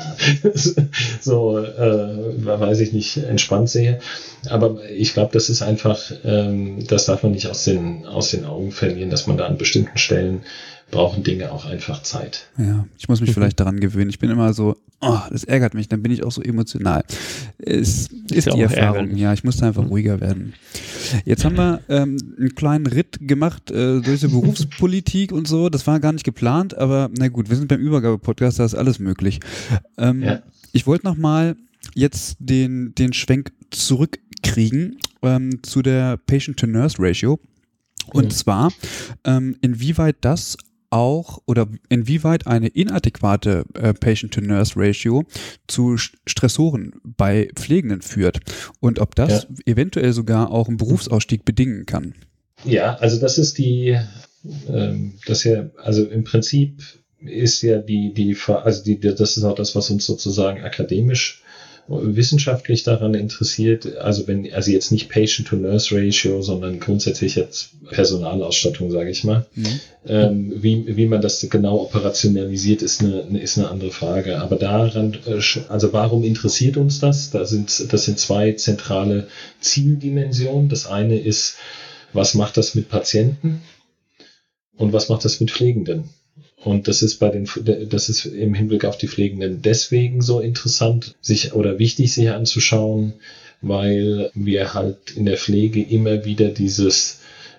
S3: so äh, weiß ich nicht, entspannt sehe. Aber ich glaube, das ist einfach, ähm, das darf man nicht aus den, aus den Augen verlieren, dass man da an bestimmten Stellen brauchen Dinge auch einfach Zeit.
S1: Ja, ich muss mich mhm. vielleicht daran gewöhnen. Ich bin immer so, oh, das ärgert mich, dann bin ich auch so emotional. Es ist, ist die Erfahrung, ärgern. Ja, ich muss da einfach mhm. ruhiger werden. Jetzt haben wir ähm, einen kleinen Ritt gemacht äh, durch die Berufspolitik und so. Das war gar nicht geplant, aber na gut, wir sind beim Übergabe-Podcast, da ist alles möglich. Ähm, ja. Ich wollte nochmal jetzt den, den Schwenk zurückkriegen ähm, zu der Patient-to-Nurse-Ratio. Und mhm. zwar, ähm, inwieweit das auch oder inwieweit eine inadäquate äh, Patient-to-Nurse-Ratio zu St- Stressoren bei Pflegenden führt und ob das ja. eventuell sogar auch einen Berufsausstieg bedingen kann.
S3: Ja, also das ist die, ähm, das ja, also im Prinzip ist ja die, die, also die, das ist auch das, was uns sozusagen akademisch, wissenschaftlich daran interessiert. Also wenn, also jetzt nicht Patient-to-Nurse-Ratio, sondern grundsätzlich jetzt Personalausstattung, sage ich mal. Mhm. Ähm, wie, wie man das genau operationalisiert, ist eine, ist eine andere Frage. Aber daran, also warum interessiert uns das? Da sind, das sind zwei zentrale Zieldimensionen. Das eine ist, was macht das mit Patienten? Und was macht das mit Pflegenden? Und das ist bei den, das ist im Hinblick auf die Pflegenden deswegen so interessant, sich oder wichtig, sich anzuschauen, weil wir halt in der Pflege immer wieder dieses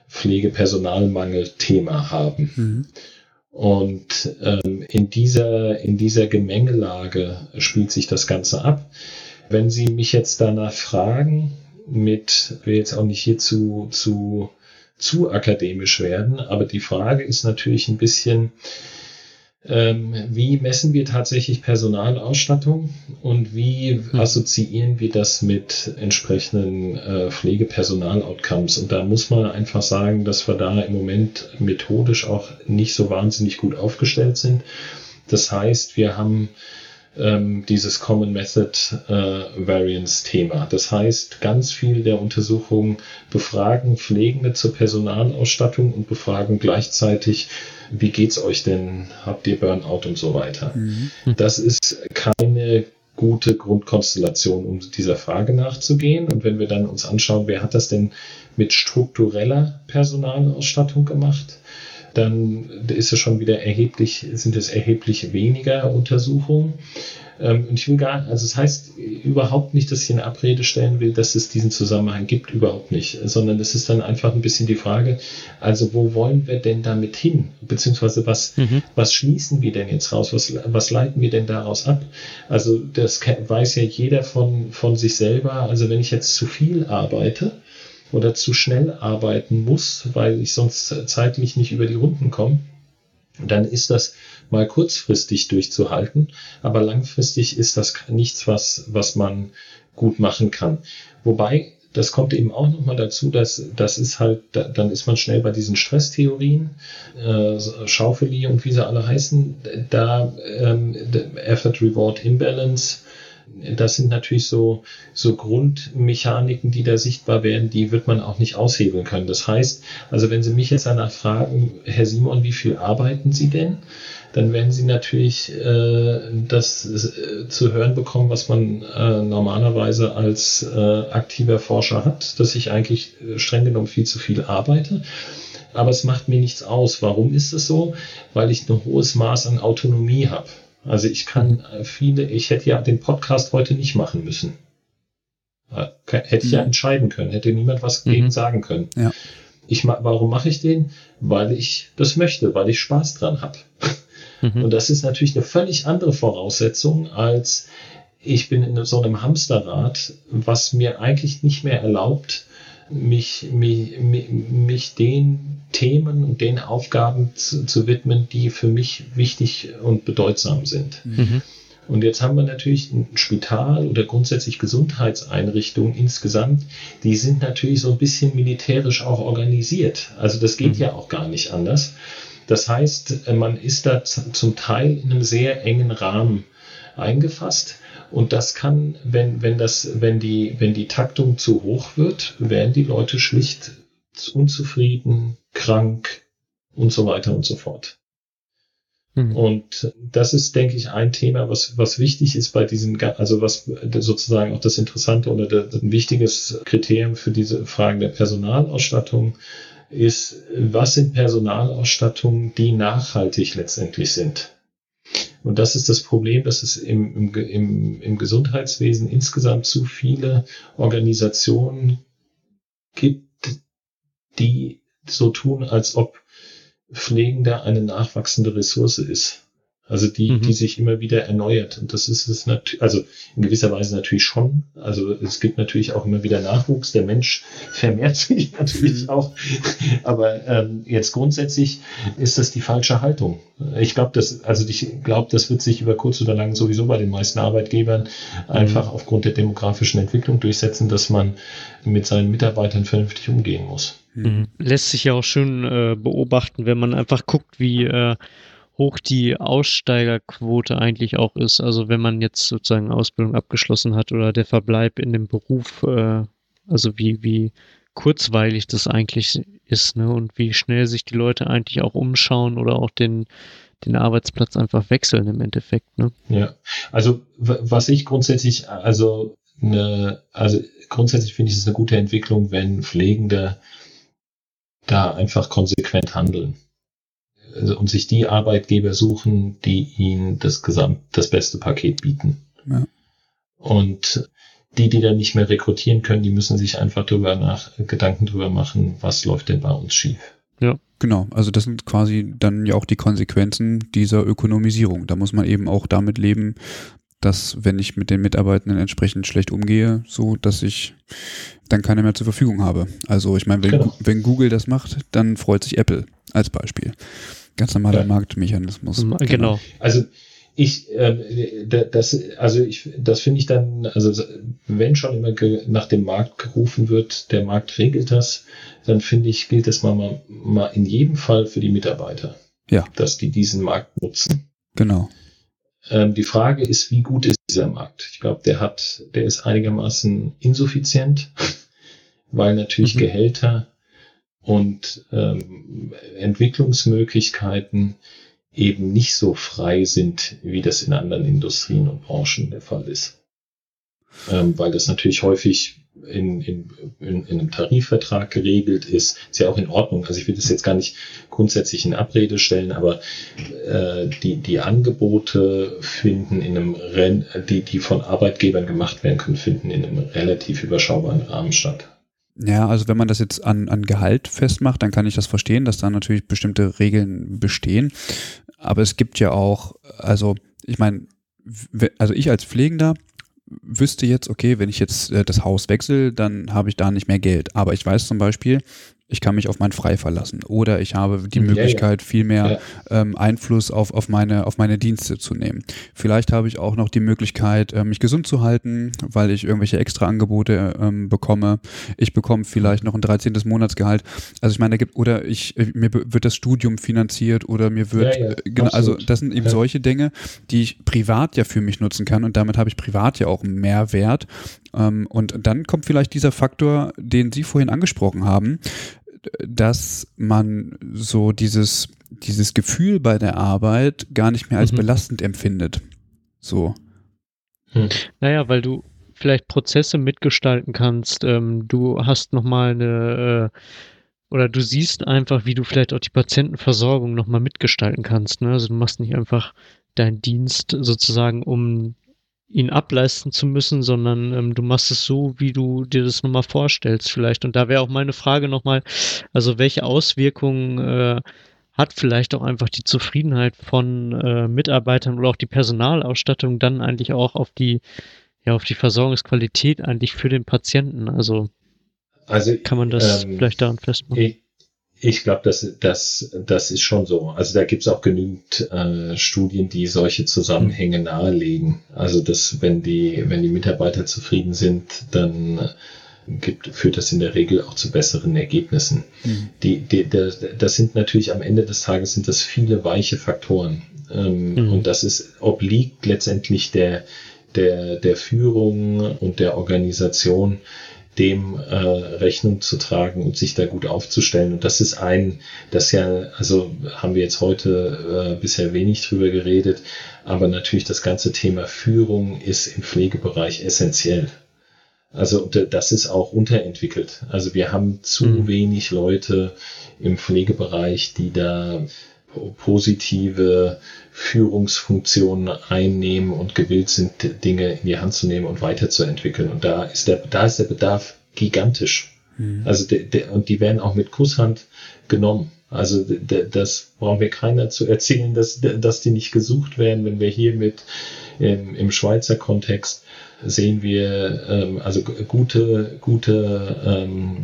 S3: Pflegepersonalmangel-Thema haben. Mhm. Und ähm, in dieser, in dieser Gemengelage spielt sich das Ganze ab. Wenn Sie mich jetzt danach fragen, mit, will jetzt auch nicht hier zu, zu, zu akademisch werden, aber die Frage ist natürlich ein bisschen, ähm, wie messen wir tatsächlich Personalausstattung und wie assoziieren wir das mit entsprechenden äh, Pflegepersonal-Outcomes? Und da muss man einfach sagen, dass wir da im Moment methodisch auch nicht so wahnsinnig gut aufgestellt sind. Das heißt, wir haben ähm, dieses Common Method äh, Variance Thema. Das heißt, ganz viel der Untersuchungen befragen Pflegende zur Personalausstattung und befragen gleichzeitig, wie geht's euch denn? Habt ihr Burnout und so weiter? Mhm. Das ist keine gute Grundkonstellation, um dieser Frage nachzugehen. Und wenn wir dann uns anschauen, wer hat das denn mit struktureller Personalausstattung gemacht, dann ist es schon wieder erheblich, sind es erheblich weniger Untersuchungen. Und ich will gar, also es heißt überhaupt nicht, dass ich eine Abrede stellen will, dass es diesen Zusammenhang gibt, überhaupt nicht, sondern es ist dann einfach ein bisschen die Frage, also wo wollen wir denn damit hin, beziehungsweise was, mhm. was schließen wir denn jetzt raus, was, was leiten wir denn daraus ab? Also das weiß ja jeder von, von sich selber, also wenn ich jetzt zu viel arbeite oder zu schnell arbeiten muss, weil ich sonst zeitlich nicht über die Runden komme, dann ist das mal kurzfristig durchzuhalten, aber langfristig ist das nichts, was, was man gut machen kann. Wobei, das kommt eben auch nochmal dazu, dass das ist halt, dann ist man schnell bei diesen Stresstheorien, äh, Schaufeli und wie sie alle heißen, da ähm, Effort-Reward-Imbalance, das sind natürlich so, so Grundmechaniken, die da sichtbar werden, die wird man auch nicht aushebeln können. Das heißt, also wenn Sie mich jetzt danach fragen, Herr Simon, wie viel arbeiten Sie denn? Dann werden Sie natürlich äh, das äh, zu hören bekommen, was man äh, normalerweise als äh, aktiver Forscher hat, dass ich eigentlich äh, streng genommen viel zu viel arbeite. Aber es macht mir nichts aus. Warum ist es so? Weil ich ein hohes Maß an Autonomie habe. Also ich kann viele, ich hätte ja den Podcast heute nicht machen müssen. Hätte ich ja entscheiden können, hätte niemand was gegen mhm. sagen können. Ja. Ich, warum mache ich den? Weil ich das möchte, weil ich Spaß dran habe. Mhm. Und das ist natürlich eine völlig andere Voraussetzung, als ich bin in so einem Hamsterrad, was mir eigentlich nicht mehr erlaubt, mich, mich, mich, mich den Themen und den Aufgaben zu, zu widmen, die für mich wichtig und bedeutsam sind. Mhm. Und jetzt haben wir natürlich ein Spital oder grundsätzlich Gesundheitseinrichtungen insgesamt, die sind natürlich so ein bisschen militärisch auch organisiert. Also das geht mhm. ja auch gar nicht anders. Das heißt, man ist da z- zum Teil in einem sehr engen Rahmen eingefasst. Und das kann, wenn, wenn das, wenn die, wenn die Taktung zu hoch wird, werden die Leute schlicht unzufrieden, krank und so weiter und so fort. Mhm. Und das ist, denke ich, ein Thema, was, was wichtig ist bei diesen, also was sozusagen auch das Interessante oder der, ein wichtiges Kriterium für diese Fragen der Personalausstattung ist, was sind Personalausstattungen, die nachhaltig letztendlich sind. Und das ist das Problem, dass es im, im, im Gesundheitswesen insgesamt zu viele Organisationen gibt, die so tun, als ob Pflegender eine nachwachsende Ressource ist. Also die, mhm. die sich immer wieder erneuert. Und das ist es natürlich, also in gewisser Weise natürlich schon. Also es gibt natürlich auch immer wieder Nachwuchs. Der Mensch vermehrt sich natürlich mhm. auch. Aber ähm, jetzt grundsätzlich ist das die falsche Haltung. Ich glaube, das, also ich glaube, das wird sich über kurz oder lang sowieso bei den meisten Arbeitgebern mhm. einfach aufgrund der demografischen Entwicklung durchsetzen, dass man mit seinen Mitarbeitern vernünftig umgehen muss.
S2: Mhm. Lässt sich ja auch schön äh, beobachten, wenn man einfach guckt, wie äh, hoch die Aussteigerquote eigentlich auch ist. Also wenn man jetzt sozusagen Ausbildung abgeschlossen hat oder der Verbleib in dem Beruf, äh, also wie, wie kurzweilig das eigentlich ist, ne? Und wie schnell sich die Leute eigentlich auch umschauen oder auch den, den Arbeitsplatz einfach wechseln im Endeffekt, ne?
S3: Ja, also w- was ich grundsätzlich, also eine, also grundsätzlich finde ich es eine gute Entwicklung, wenn Pflegende da einfach konsequent handeln. Also, und sich die Arbeitgeber suchen, die ihnen das Gesamt, das beste Paket bieten.
S1: Ja.
S3: Und die, die dann nicht mehr rekrutieren können, die müssen sich einfach drüber nach, Gedanken drüber machen, was läuft denn bei uns schief.
S2: Ja.
S1: Genau, also das sind quasi dann ja auch die Konsequenzen dieser Ökonomisierung. Da muss man eben auch damit leben, dass, wenn ich mit den Mitarbeitenden entsprechend schlecht umgehe, so dass ich dann keine mehr zur Verfügung habe. Also ich meine, wenn,
S3: Genau.
S1: Gu- wenn Google das macht, dann freut sich Apple als Beispiel. Ganz normaler
S3: Ja.
S1: Marktmechanismus.
S2: Genau.
S3: Also ich, ähm, das, also ich, das finde ich dann, also wenn schon immer ge- nach dem Markt gerufen wird, der Markt regelt das, dann finde ich, gilt das mal, mal, mal in jedem Fall für die Mitarbeiter,
S1: Ja.
S3: dass die diesen Markt nutzen.
S1: Genau.
S3: Ähm, die Frage ist, wie gut ist dieser Markt? Ich glaube, der hat, der ist einigermaßen insuffizient, weil natürlich
S2: Mhm.
S3: Gehälter und ähm, Entwicklungsmöglichkeiten eben nicht so frei sind, wie das in anderen Industrien und Branchen der Fall ist. Ähm, weil das natürlich häufig in, in, in, in einem Tarifvertrag geregelt ist. Ist ja auch in Ordnung. Also ich will das jetzt gar nicht grundsätzlich in Abrede stellen, aber äh, die, die Angebote finden in einem, Ren- die, die von Arbeitgebern gemacht werden können, finden in einem relativ überschaubaren Rahmen statt.
S1: Ja, also wenn man das jetzt an, an Gehalt festmacht, dann kann ich das verstehen, dass da natürlich bestimmte Regeln bestehen. Aber es gibt ja auch, also ich meine, w- also ich als Pflegender wüsste jetzt, okay, wenn ich jetzt äh, das Haus wechsle, dann habe ich da nicht mehr Geld. Aber ich weiß zum Beispiel, ich kann mich auf mein Frei verlassen oder ich habe die
S3: Ja,
S1: Möglichkeit, viel mehr
S3: Ja.
S1: ähm, Einfluss auf, auf, meine, auf meine Dienste zu nehmen. Vielleicht habe ich auch noch die Möglichkeit, äh, mich gesund zu halten, weil ich irgendwelche extra Angebote ähm, bekomme. Ich bekomme vielleicht noch ein dreizehntes Monatsgehalt. Also ich meine, da gibt, oder ich, äh, mir be- wird das Studium finanziert oder mir wird,
S3: Ja, ja,
S1: äh, genau, also
S3: absolut.
S1: das sind eben
S3: Ja.
S1: solche Dinge, die ich privat ja für mich nutzen kann und damit habe ich privat ja auch einen Mehrwert. Ähm, und dann kommt vielleicht dieser Faktor, den Sie vorhin angesprochen haben, dass man so dieses, dieses Gefühl bei der Arbeit gar nicht mehr als
S2: Mhm.
S1: belastend empfindet. So.
S3: Hm.
S2: Naja, weil du vielleicht Prozesse mitgestalten kannst. Ähm, du hast nochmal eine, äh, oder du siehst einfach, wie du vielleicht auch die Patientenversorgung nochmal mitgestalten kannst. Ne? Also du machst nicht einfach deinen Dienst sozusagen, um ihn ableisten zu müssen, sondern ähm, du machst es so, wie du dir das nochmal vorstellst vielleicht. Und da wäre auch meine Frage nochmal, also welche Auswirkungen äh, hat vielleicht auch einfach die Zufriedenheit von äh, Mitarbeitern oder auch die Personalausstattung dann eigentlich auch auf die, ja, auf die Versorgungsqualität eigentlich für den Patienten? Also
S3: Also
S2: kann man das
S3: ähm,
S2: vielleicht daran festmachen?
S3: ich, ich glaube, das, das, das ist schon so. Also da gibt es auch genügend äh, Studien, die solche Zusammenhänge nahelegen. Also dass, wenn die, wenn die Mitarbeiter zufrieden sind, dann äh, gibt, führt das in der Regel auch zu besseren Ergebnissen.
S1: Mhm.
S3: Die, die, das, das sind natürlich am Ende des Tages sind das viele weiche Faktoren. Ähm,
S2: Mhm.
S3: Und das ist, obliegt letztendlich der, der, der Führung und der Organisation, dem äh, Rechnung zu tragen und sich da gut aufzustellen. Und das ist ein, das ja, also haben wir jetzt heute äh, bisher wenig drüber geredet, aber natürlich das ganze Thema Führung ist im Pflegebereich essentiell. Also d- das ist auch unterentwickelt. Also wir haben zu
S2: Mhm.
S3: wenig Leute im Pflegebereich, die da po- positive Führungsfunktionen einnehmen und gewillt sind, Dinge in die Hand zu nehmen und weiterzuentwickeln. Und da ist der, da ist der Bedarf gigantisch.
S1: Mhm.
S3: Also der, der, und die werden auch mit Kusshand genommen. Also d- d- das brauchen wir keiner zu erzählen, dass, dass die nicht gesucht werden, wenn wir hier mit im, im Schweizer Kontext sehen wir ähm, also g- gute, gute ähm,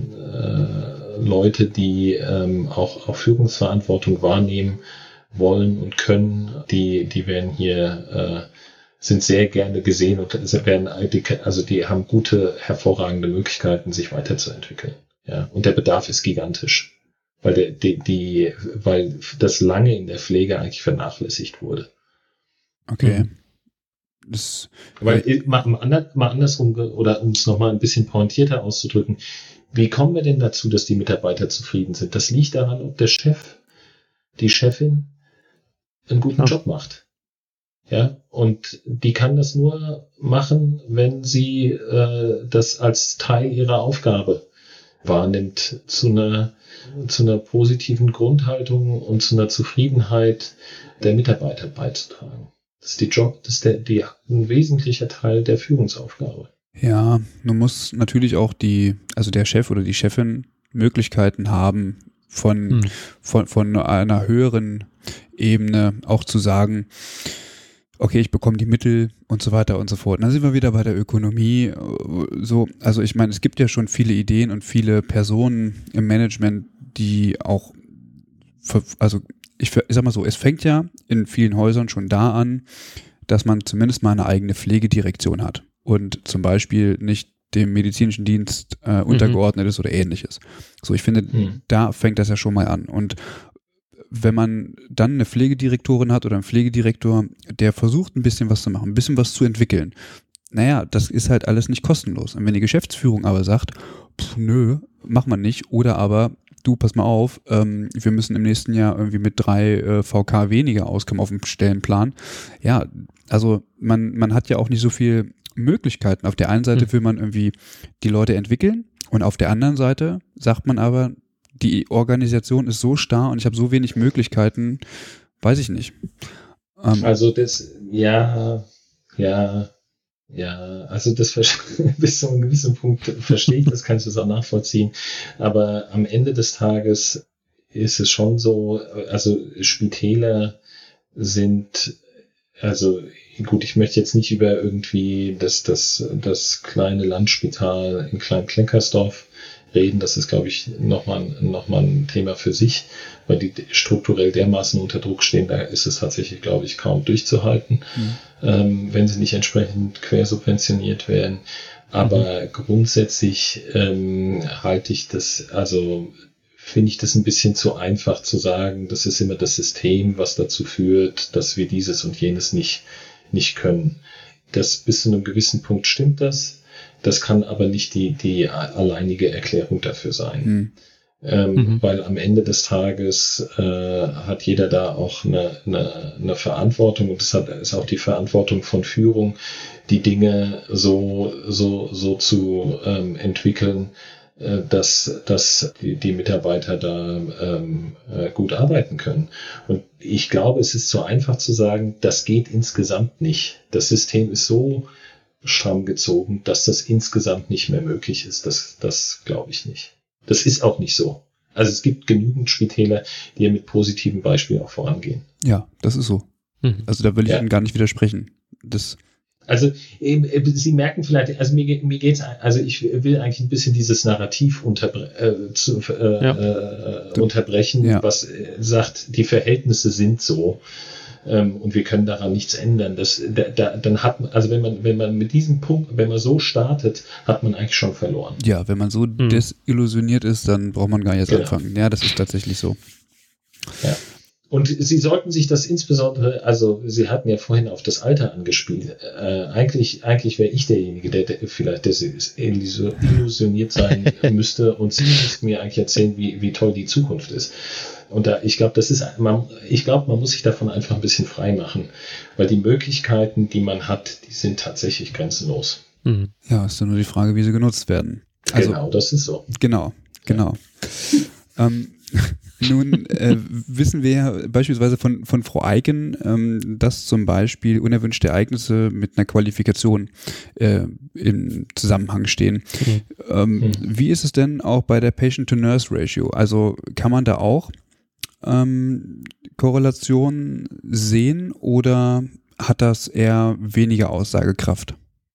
S3: äh, Leute, die ähm, auch, auch Führungsverantwortung wahrnehmen wollen und können, die, die werden hier, äh, sind sehr gerne gesehen und werden, also die haben gute, hervorragende Möglichkeiten, sich weiterzuentwickeln. Ja, und der Bedarf ist gigantisch. weil der, die, die, weil das lange in der Pflege eigentlich vernachlässigt wurde.
S1: Okay.
S3: Mhm. Das, weil mal, mal andersrum, oder um es nochmal ein bisschen pointierter auszudrücken, wie kommen wir denn dazu, dass die Mitarbeiter zufrieden sind? Das liegt daran, ob der Chef, die Chefin einen guten ja. Job macht. Ja, und die kann das nur machen, wenn sie äh, das als Teil ihrer Aufgabe wahrnimmt, zu einer, zu einer positiven Grundhaltung und zu einer Zufriedenheit der Mitarbeiter beizutragen. Das ist die Job, das ist der, die, ein wesentlicher Teil der Führungsaufgabe.
S1: Ja, man muss natürlich auch die, also der Chef oder die Chefin Möglichkeiten haben, von, hm. von, von einer höheren Ebene auch zu sagen, okay, ich bekomme die Mittel und so weiter und so fort. Und dann sind wir wieder bei der Ökonomie. So, also ich meine, es gibt ja schon viele Ideen und viele Personen im Management, die auch, also ich, ich sag mal so, es fängt ja in vielen Häusern schon da an, dass man zumindest mal eine eigene Pflegedirektion hat und zum Beispiel nicht dem medizinischen Dienst äh, untergeordnet mhm. ist oder ähnliches. So, ich finde, mhm. da fängt das ja schon mal an. Und wenn man dann eine Pflegedirektorin hat oder einen Pflegedirektor, der versucht ein bisschen was zu machen, ein bisschen was zu entwickeln, naja, das ist halt alles nicht kostenlos. Und wenn die Geschäftsführung aber sagt, pff, nö, mach man nicht, oder aber, du, pass mal auf, ähm, wir müssen im nächsten Jahr irgendwie mit drei äh, V K weniger auskommen auf dem Stellenplan. Ja, also man, man hat ja auch nicht so viel Möglichkeiten. Auf der einen Seite mhm. will man irgendwie die Leute entwickeln und auf der anderen Seite sagt man aber, die Organisation ist so starr und ich habe so wenig Möglichkeiten, weiß ich nicht.
S3: Ähm, also das, ja, ja, ja, also das bis zu einem gewissen Punkt verstehe ich, das kannst du es auch nachvollziehen. Aber am Ende des Tages ist es schon so, also Spitäler sind, also gut, ich möchte jetzt nicht über irgendwie das, das, das kleine Landspital in Klein-Kleckersdorf reden. Das ist, glaube ich, nochmal noch mal ein Thema für sich, weil die strukturell dermaßen unter Druck stehen, da ist es tatsächlich, glaube ich, kaum durchzuhalten, mhm. ähm, wenn sie nicht entsprechend quersubventioniert werden. Aber mhm. grundsätzlich ähm, halte ich das, also finde ich das ein bisschen zu einfach zu sagen, das ist immer das System, was dazu führt, dass wir dieses und jenes nicht, nicht können. Das bis zu einem gewissen Punkt stimmt das. Das kann aber nicht die, die alleinige Erklärung dafür sein. Mhm. Ähm, mhm. Weil am Ende des Tages äh, hat jeder da auch eine, eine, eine Verantwortung, und das hat, ist auch die Verantwortung von Führung, die Dinge so, so, so zu ähm, entwickeln, äh, dass, dass die, die Mitarbeiter da ähm, äh, gut arbeiten können. Und ich glaube, es ist zu einfach zu sagen, das geht insgesamt nicht. Das System ist so stramm gezogen, dass das insgesamt nicht mehr möglich ist. Das, das glaube ich nicht. Das ist auch nicht so. Also es gibt genügend Spitäler, die ja mit positiven Beispielen auch vorangehen.
S1: Ja, das ist so. Mhm. Also da will ich ja. Ihnen gar nicht widersprechen. Das
S3: also eben, Sie merken vielleicht, also mir, mir geht's, also ich will eigentlich ein bisschen dieses Narrativ unterbre- äh, zu, äh, ja. äh, unterbrechen, ja. was äh, sagt, die Verhältnisse sind so. Ähm, und wir können daran nichts ändern. Das, da, da, dann hat man, also wenn man, wenn man mit diesem Punkt, wenn man so startet, hat man eigentlich schon verloren.
S1: Ja, wenn man so hm. desillusioniert ist, dann braucht man gar nicht erst genau. anfangen. Ja, das ist tatsächlich so.
S3: Ja. Und Sie sollten sich das insbesondere, also Sie hatten ja vorhin auf das Alter angespielt. Äh, eigentlich, eigentlich wäre ich derjenige, der, der vielleicht desillusioniert sein müsste, und Sie müssten mir eigentlich erzählen, wie, wie toll die Zukunft ist. Und da, ich glaube, das ist, man, ich glaube, man muss sich davon einfach ein bisschen frei machen, weil die Möglichkeiten, die man hat, die sind tatsächlich grenzenlos.
S1: Mhm. Ja, ist dann nur die Frage, wie sie genutzt werden.
S3: Also, genau, das ist so.
S1: Genau, genau. Ja. ähm, nun äh, wissen wir ja beispielsweise von, von Frau Eiken, ähm, dass zum Beispiel unerwünschte Ereignisse mit einer Qualifikation äh, im Zusammenhang stehen. Mhm. Ähm, mhm. Wie ist es denn auch bei der Patient-to-Nurse-Ratio? Also kann man da auch ähm, Korrelation sehen oder hat das eher weniger Aussagekraft?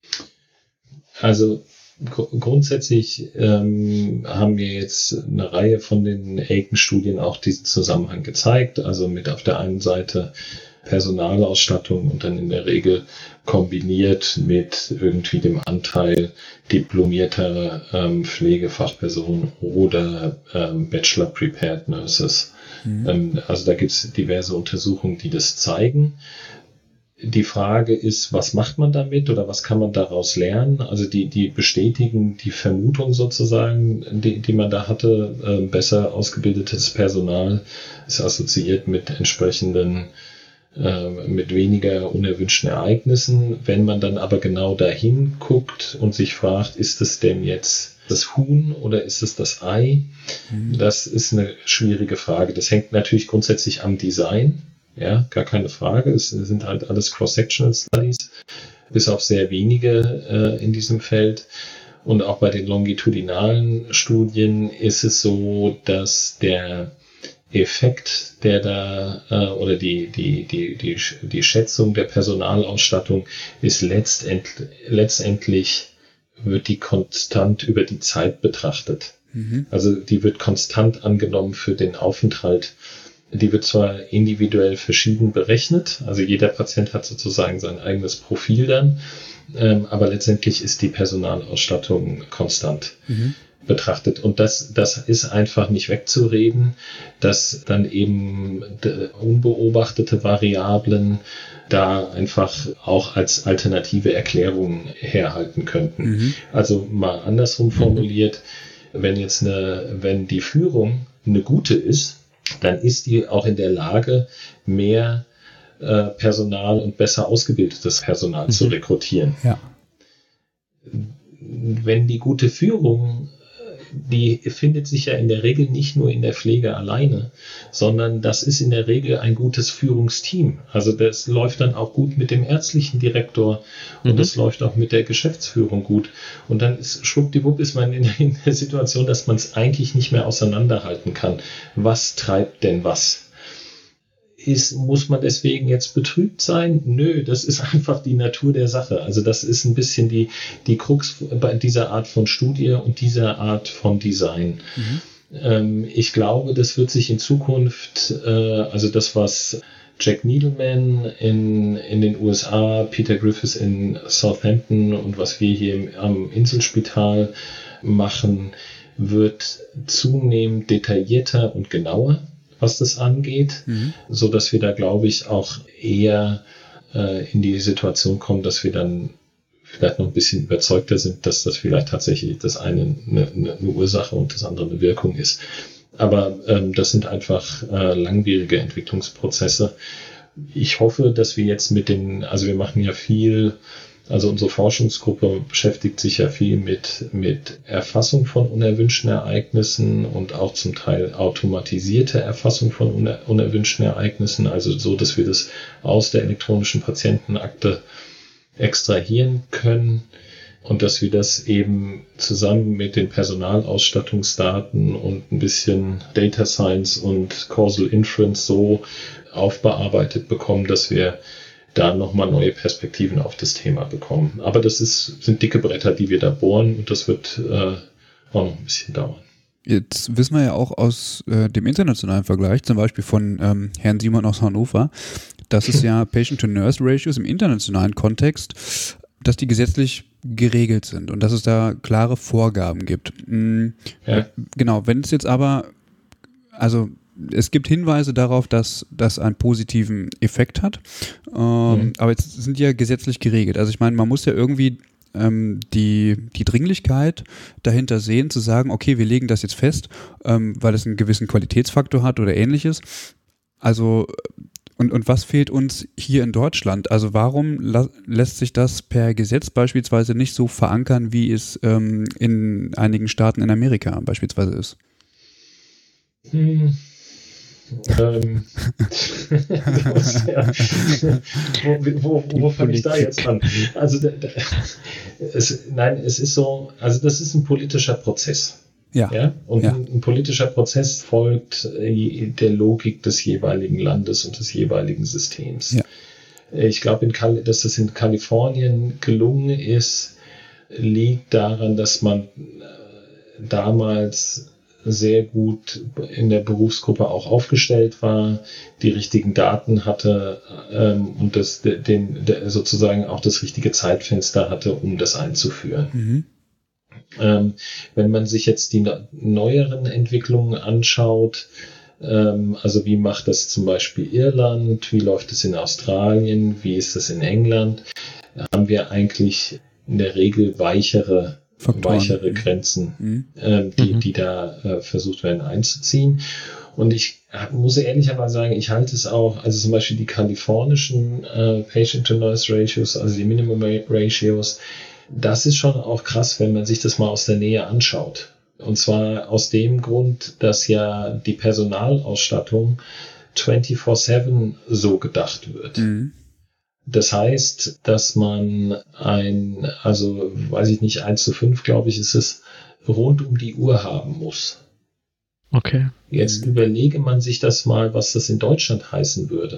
S3: Also gr- grundsätzlich ähm, haben wir jetzt eine Reihe von den Aiken-Studien auch diesen Zusammenhang gezeigt. Also mit auf der einen Seite Personalausstattung und dann in der Regel kombiniert mit irgendwie dem Anteil diplomierter ähm, Pflegefachpersonen oder ähm, Bachelor Prepared Nurses. Mhm. Ähm, also da gibt es diverse Untersuchungen, die das zeigen. Die Frage ist, was macht man damit oder was kann man daraus lernen? Also die, die bestätigen die Vermutung sozusagen, die, die man da hatte, äh, besser ausgebildetes Personal ist assoziiert mit entsprechenden, äh, mit weniger unerwünschten Ereignissen. Wenn man dann aber genau dahin guckt und sich fragt, ist es denn jetzt das Huhn oder ist es das Ei? Mhm. Das ist eine schwierige Frage. Das hängt natürlich grundsätzlich am Design. Ja, gar keine Frage. Es sind halt alles Cross-Sectional Studies, bis auf sehr wenige äh, in diesem Feld. Und auch bei den longitudinalen Studien ist es so, dass der Effekt, der da äh, oder die, die, die, die, die Schätzung der Personalausstattung ist letztendlich, letztendlich wird die konstant über die Zeit betrachtet. Mhm. Also die wird konstant angenommen für den Aufenthalt. Die wird zwar individuell verschieden berechnet, also jeder Patient hat sozusagen sein eigenes Profil dann, ähm, aber letztendlich ist die Personalausstattung konstant mhm. betrachtet. Und das, das ist einfach nicht wegzureden, dass dann eben unbeobachtete Variablen da einfach auch als alternative Erklärungen herhalten könnten. Mhm. Also mal andersrum formuliert, wenn jetzt eine, wenn die Führung eine gute ist, dann ist die auch in der Lage, mehr äh, Personal und besser ausgebildetes Personal mhm. zu rekrutieren.
S1: Ja.
S3: Wenn die gute Führung, die findet sich ja in der Regel nicht nur in der Pflege alleine, sondern das ist in der Regel ein gutes Führungsteam. Also das läuft dann auch gut mit dem ärztlichen Direktor und mhm. das läuft auch mit der Geschäftsführung gut. Und dann ist schwuppdiwupp ist man in, in der Situation, dass man es eigentlich nicht mehr auseinanderhalten kann. Was treibt denn was? Ist, muss man deswegen jetzt betrübt sein? Nö, das ist einfach die Natur der Sache. Also das ist ein bisschen die, die Krux bei dieser Art von Studie und dieser Art von Design. Mhm. Ähm, ich glaube, das wird sich in Zukunft, äh, also das, was Jack Needleman in, in den U S A, Peter Griffiths in Southampton und was wir hier im, am Inselspital machen, wird zunehmend detaillierter und genauer, was das angeht, mhm. so dass wir da, glaube ich, auch eher äh, in die Situation kommen, dass wir dann vielleicht noch ein bisschen überzeugter sind, dass das vielleicht tatsächlich das eine eine, eine Ursache und das andere eine Wirkung ist. Aber ähm, das sind einfach äh, langwierige Entwicklungsprozesse. Ich hoffe, dass wir jetzt mit den, also wir machen ja viel, also unsere Forschungsgruppe beschäftigt sich ja viel mit, mit Erfassung von unerwünschten Ereignissen und auch zum Teil automatisierte Erfassung von uner, unerwünschten Ereignissen, also so, dass wir das aus der elektronischen Patientenakte extrahieren können und dass wir das eben zusammen mit den Personalausstattungsdaten und ein bisschen Data Science und Causal Inference so aufbearbeitet bekommen, dass wir da nochmal neue Perspektiven auf das Thema bekommen. Aber das ist, sind dicke Bretter, die wir da bohren und das wird äh, auch noch ein bisschen dauern.
S1: Jetzt wissen wir ja auch aus äh, dem internationalen Vergleich, zum Beispiel von ähm, Herrn Simon aus Hannover, dass es ja Patient-to-Nurse-Ratios im internationalen Kontext, dass die gesetzlich geregelt sind und dass es da klare Vorgaben gibt. Mhm. Ja. Genau, wenn es jetzt aber, also es gibt Hinweise darauf, dass das einen positiven Effekt hat, ähm, mhm. aber jetzt sind die ja gesetzlich geregelt. Also ich meine, man muss ja irgendwie ähm, die, die Dringlichkeit dahinter sehen, zu sagen, okay, wir legen das jetzt fest, ähm, weil es einen gewissen Qualitätsfaktor hat oder ähnliches. Also und, und was fehlt uns hier in Deutschland? Also warum la- lässt sich das per Gesetz beispielsweise nicht so verankern, wie es ähm, in einigen Staaten in Amerika beispielsweise ist?
S3: Hm. ähm, ja, wo wo, wo fange ich da jetzt an? Also da, da, es, nein, es ist so, also das ist ein politischer Prozess.
S1: Ja.
S3: ja? Und
S1: ja.
S3: Ein, ein politischer Prozess folgt äh, der Logik des jeweiligen Landes und des jeweiligen Systems.
S1: Ja.
S3: Ich glaube, dass das in Kalifornien gelungen ist, liegt daran, dass man äh, damals sehr gut in der Berufsgruppe auch aufgestellt war, die richtigen Daten hatte ähm, und das, den, der, sozusagen auch das richtige Zeitfenster hatte, um das einzuführen. Mhm. Ähm, wenn man sich jetzt die neueren Entwicklungen anschaut, ähm, also wie macht das zum Beispiel Irland, wie läuft es in Australien, wie ist das in England, haben wir eigentlich in der Regel weichere Faktoren. weichere Grenzen, mhm. äh, die, mhm. die da äh, versucht werden einzuziehen. Und ich muss ehrlicherweise sagen, ich halte es auch, also zum Beispiel die kalifornischen äh, Patient-to-Nurse-Ratios, also die Minimum-Ratios, das ist schon auch krass, wenn man sich das mal aus der Nähe anschaut. Und zwar aus dem Grund, dass ja die Personalausstattung vierundzwanzig sieben so gedacht wird. Mhm. Das heißt, dass man ein, also weiß ich nicht, eins zu fünf, glaube ich, ist es, rund um die Uhr haben muss.
S2: Okay.
S3: Jetzt mhm. überlege man sich das mal, was das in Deutschland heißen würde.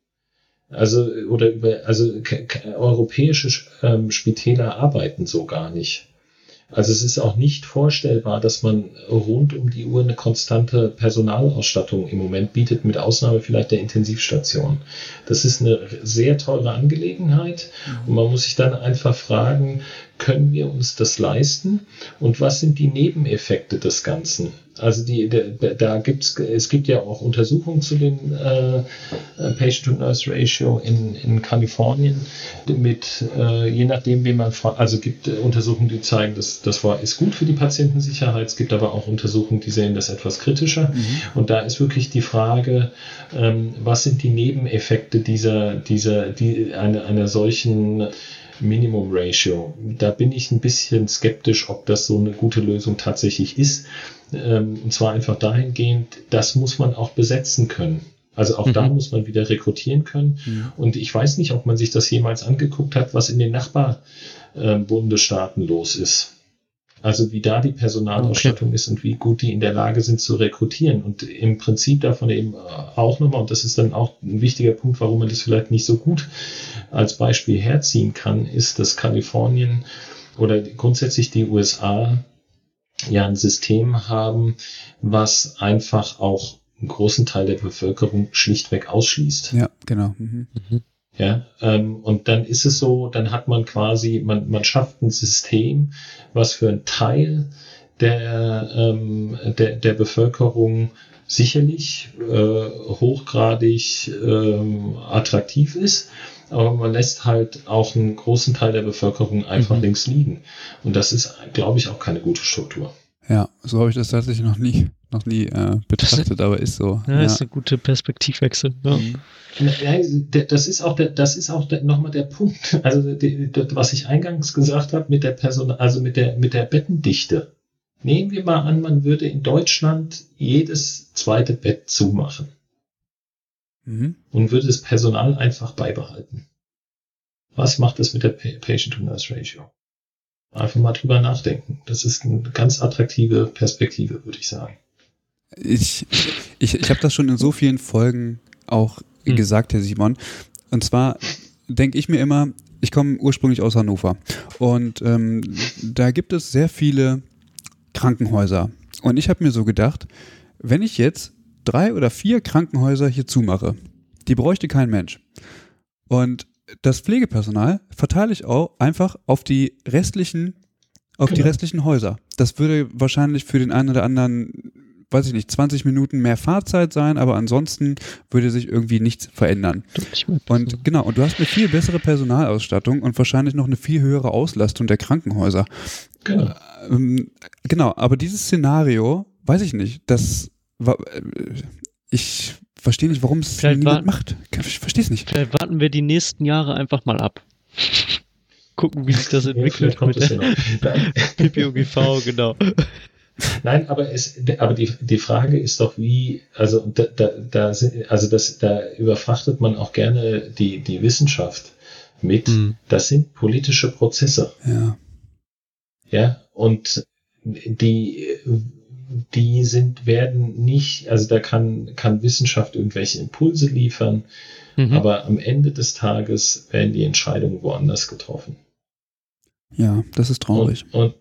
S3: Also, oder über, also k- k- europäische ähm, Spitäler arbeiten so gar nicht. Also es ist auch nicht vorstellbar, dass man rund um die Uhr eine konstante Personalausstattung im Moment bietet, mit Ausnahme vielleicht der Intensivstation. Das ist eine sehr teure Angelegenheit und man muss sich dann einfach fragen, können wir uns das leisten und was sind die Nebeneffekte des Ganzen? Also die, da, da gibt's, es gibt ja auch Untersuchungen zu den äh, Patient-to-Nurse-Ratio in, in Kalifornien mit, äh, je nachdem, wie man fragt, also gibt äh, Untersuchungen, die zeigen, dass das war, ist gut für die Patientensicherheit. Es gibt aber auch Untersuchungen, die sehen das etwas kritischer. Mhm. Und da ist wirklich die Frage, ähm, was sind die Nebeneffekte dieser, dieser, die, einer, einer solchen Minimum Ratio. Da bin ich ein bisschen skeptisch, ob das so eine gute Lösung tatsächlich ist. Ähm, und zwar einfach dahingehend, das muss man auch besetzen können. Also auch mhm. da muss man wieder rekrutieren können. Mhm. Und ich weiß nicht, ob man sich das jemals angeguckt hat, was in den Nachbarbundesstaaten los ist. Also wie da die Personalausstattung okay. ist und wie gut die in der Lage sind zu rekrutieren. Und im Prinzip davon eben auch nochmal, und das ist dann auch ein wichtiger Punkt, warum man das vielleicht nicht so gut als Beispiel herziehen kann, ist, dass Kalifornien oder grundsätzlich die U S A ja ein System haben, was einfach auch einen großen Teil der Bevölkerung schlichtweg ausschließt.
S1: Ja, genau. Mhm. Mhm.
S3: Ja, ähm, und dann ist es so, dann hat man quasi, man, man schafft ein System, was für einen Teil der, ähm, der, der Bevölkerung sicherlich äh, hochgradig ähm, attraktiv ist, aber man lässt halt auch einen großen Teil der Bevölkerung einfach mhm. links liegen. Und das ist, glaube ich, auch keine gute Struktur.
S1: Ja, so habe ich das tatsächlich noch nie, noch nie äh, betrachtet, das, aber ist so.
S2: Ja, ja, ist ein guter Perspektivwechsel. Ja.
S3: Das ist auch, der, das ist auch der, nochmal der Punkt. Also, die, die, was ich eingangs gesagt habe mit der Person, also mit der, mit der Bettendichte. Nehmen wir mal an, man würde in Deutschland jedes zweite Bett zumachen. Mhm. Und würde das Personal einfach beibehalten. Was macht das mit der Patient-to-Nurse-Ratio? Einfach mal drüber nachdenken. Das ist eine ganz attraktive Perspektive, würde ich sagen.
S1: Ich, ich, ich habe das schon in so vielen Folgen auch hm. gesagt, Herr Simon. Und zwar denke ich mir immer, ich komme ursprünglich aus Hannover und ähm, da gibt es sehr viele Krankenhäuser. Und ich habe mir so gedacht, wenn ich jetzt drei oder vier Krankenhäuser hier zumache, die bräuchte kein Mensch. Und das Pflegepersonal verteile ich auch einfach auf die restlichen, auf genau. die restlichen Häuser. Das würde wahrscheinlich für den einen oder anderen, weiß ich nicht, zwanzig Minuten mehr Fahrzeit sein, aber ansonsten würde sich irgendwie nichts verändern. Und genau, und du hast eine viel bessere Personalausstattung und wahrscheinlich noch eine viel höhere Auslastung der Krankenhäuser.
S3: Genau.
S1: Ähm, genau, aber dieses Szenario, weiß ich nicht, das war, ich verstehe nicht, warum es niemand warten, macht. Ich verstehe es nicht.
S2: Vielleicht warten wir die nächsten Jahre einfach mal ab. Gucken, wie sich das entwickelt.
S3: Ja, mit der
S2: P P O G V, genau.
S3: Nein, aber es, aber die, die Frage ist doch wie, also da, da, da sind, also das, da überfrachtet man auch gerne die, die Wissenschaft mit. Mhm. Das sind politische Prozesse.
S1: Ja.
S3: Ja, und die, die sind, werden nicht, also da kann, kann Wissenschaft irgendwelche Impulse liefern, mhm. aber am Ende des Tages werden die Entscheidungen woanders getroffen.
S1: Ja, das ist traurig.
S3: Und, und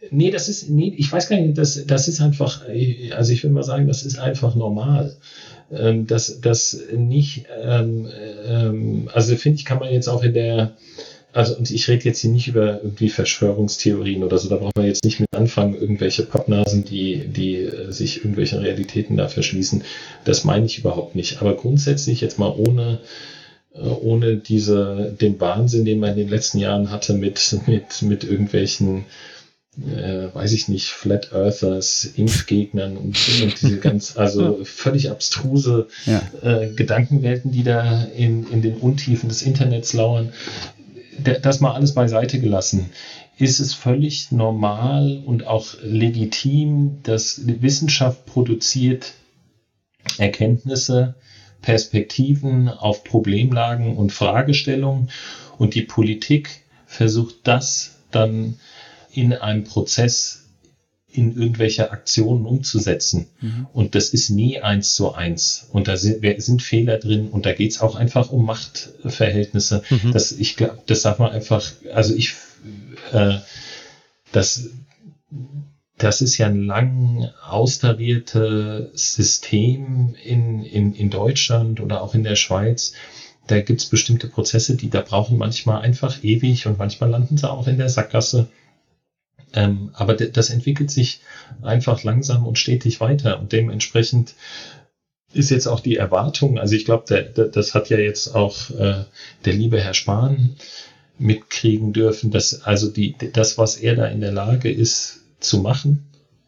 S3: Nee, das ist, nee, ich weiß gar nicht, das, das ist einfach, also ich will mal sagen, das ist einfach normal. Ähm, dass das nicht, ähm, ähm, also finde ich, kann man jetzt auch in der, also und ich rede jetzt hier nicht über irgendwie Verschwörungstheorien oder so, da braucht man jetzt nicht mit anfangen, irgendwelche Pappnasen, die, die äh, sich irgendwelchen Realitäten da verschließen. Das meine ich überhaupt nicht. Aber grundsätzlich jetzt mal ohne, äh, ohne diese, den Wahnsinn, den man in den letzten Jahren hatte mit, mit, mit irgendwelchen Äh, weiß ich nicht, Flat Earthers, Impfgegnern und, und diese ganz, also völlig abstruse ja. äh, Gedankenwelten, die da in, in den Untiefen des Internets lauern. D- das mal alles beiseite gelassen. Ist es völlig normal und auch legitim, dass Wissenschaft produziert Erkenntnisse, Perspektiven auf Problemlagen und Fragestellungen und die Politik versucht das dann in einem Prozess in irgendwelche Aktionen umzusetzen. Mhm. Und das ist nie eins zu eins. Und da sind, sind Fehler drin und da geht es auch einfach um Machtverhältnisse. Mhm. Das, ich glaube, das darf man einfach, also ich, äh, das, das ist ja ein lang austariertes System in, in, in Deutschland oder auch in der Schweiz. Da gibt es bestimmte Prozesse, die da brauchen manchmal einfach ewig und manchmal landen sie auch in der Sackgasse. Ähm, aber de- das entwickelt sich einfach langsam und stetig weiter und dementsprechend ist jetzt auch die Erwartung, also ich glaube, der, der, das hat ja jetzt auch äh, der liebe Herr Spahn mitkriegen dürfen, dass also die, das, was er da in der Lage ist zu machen,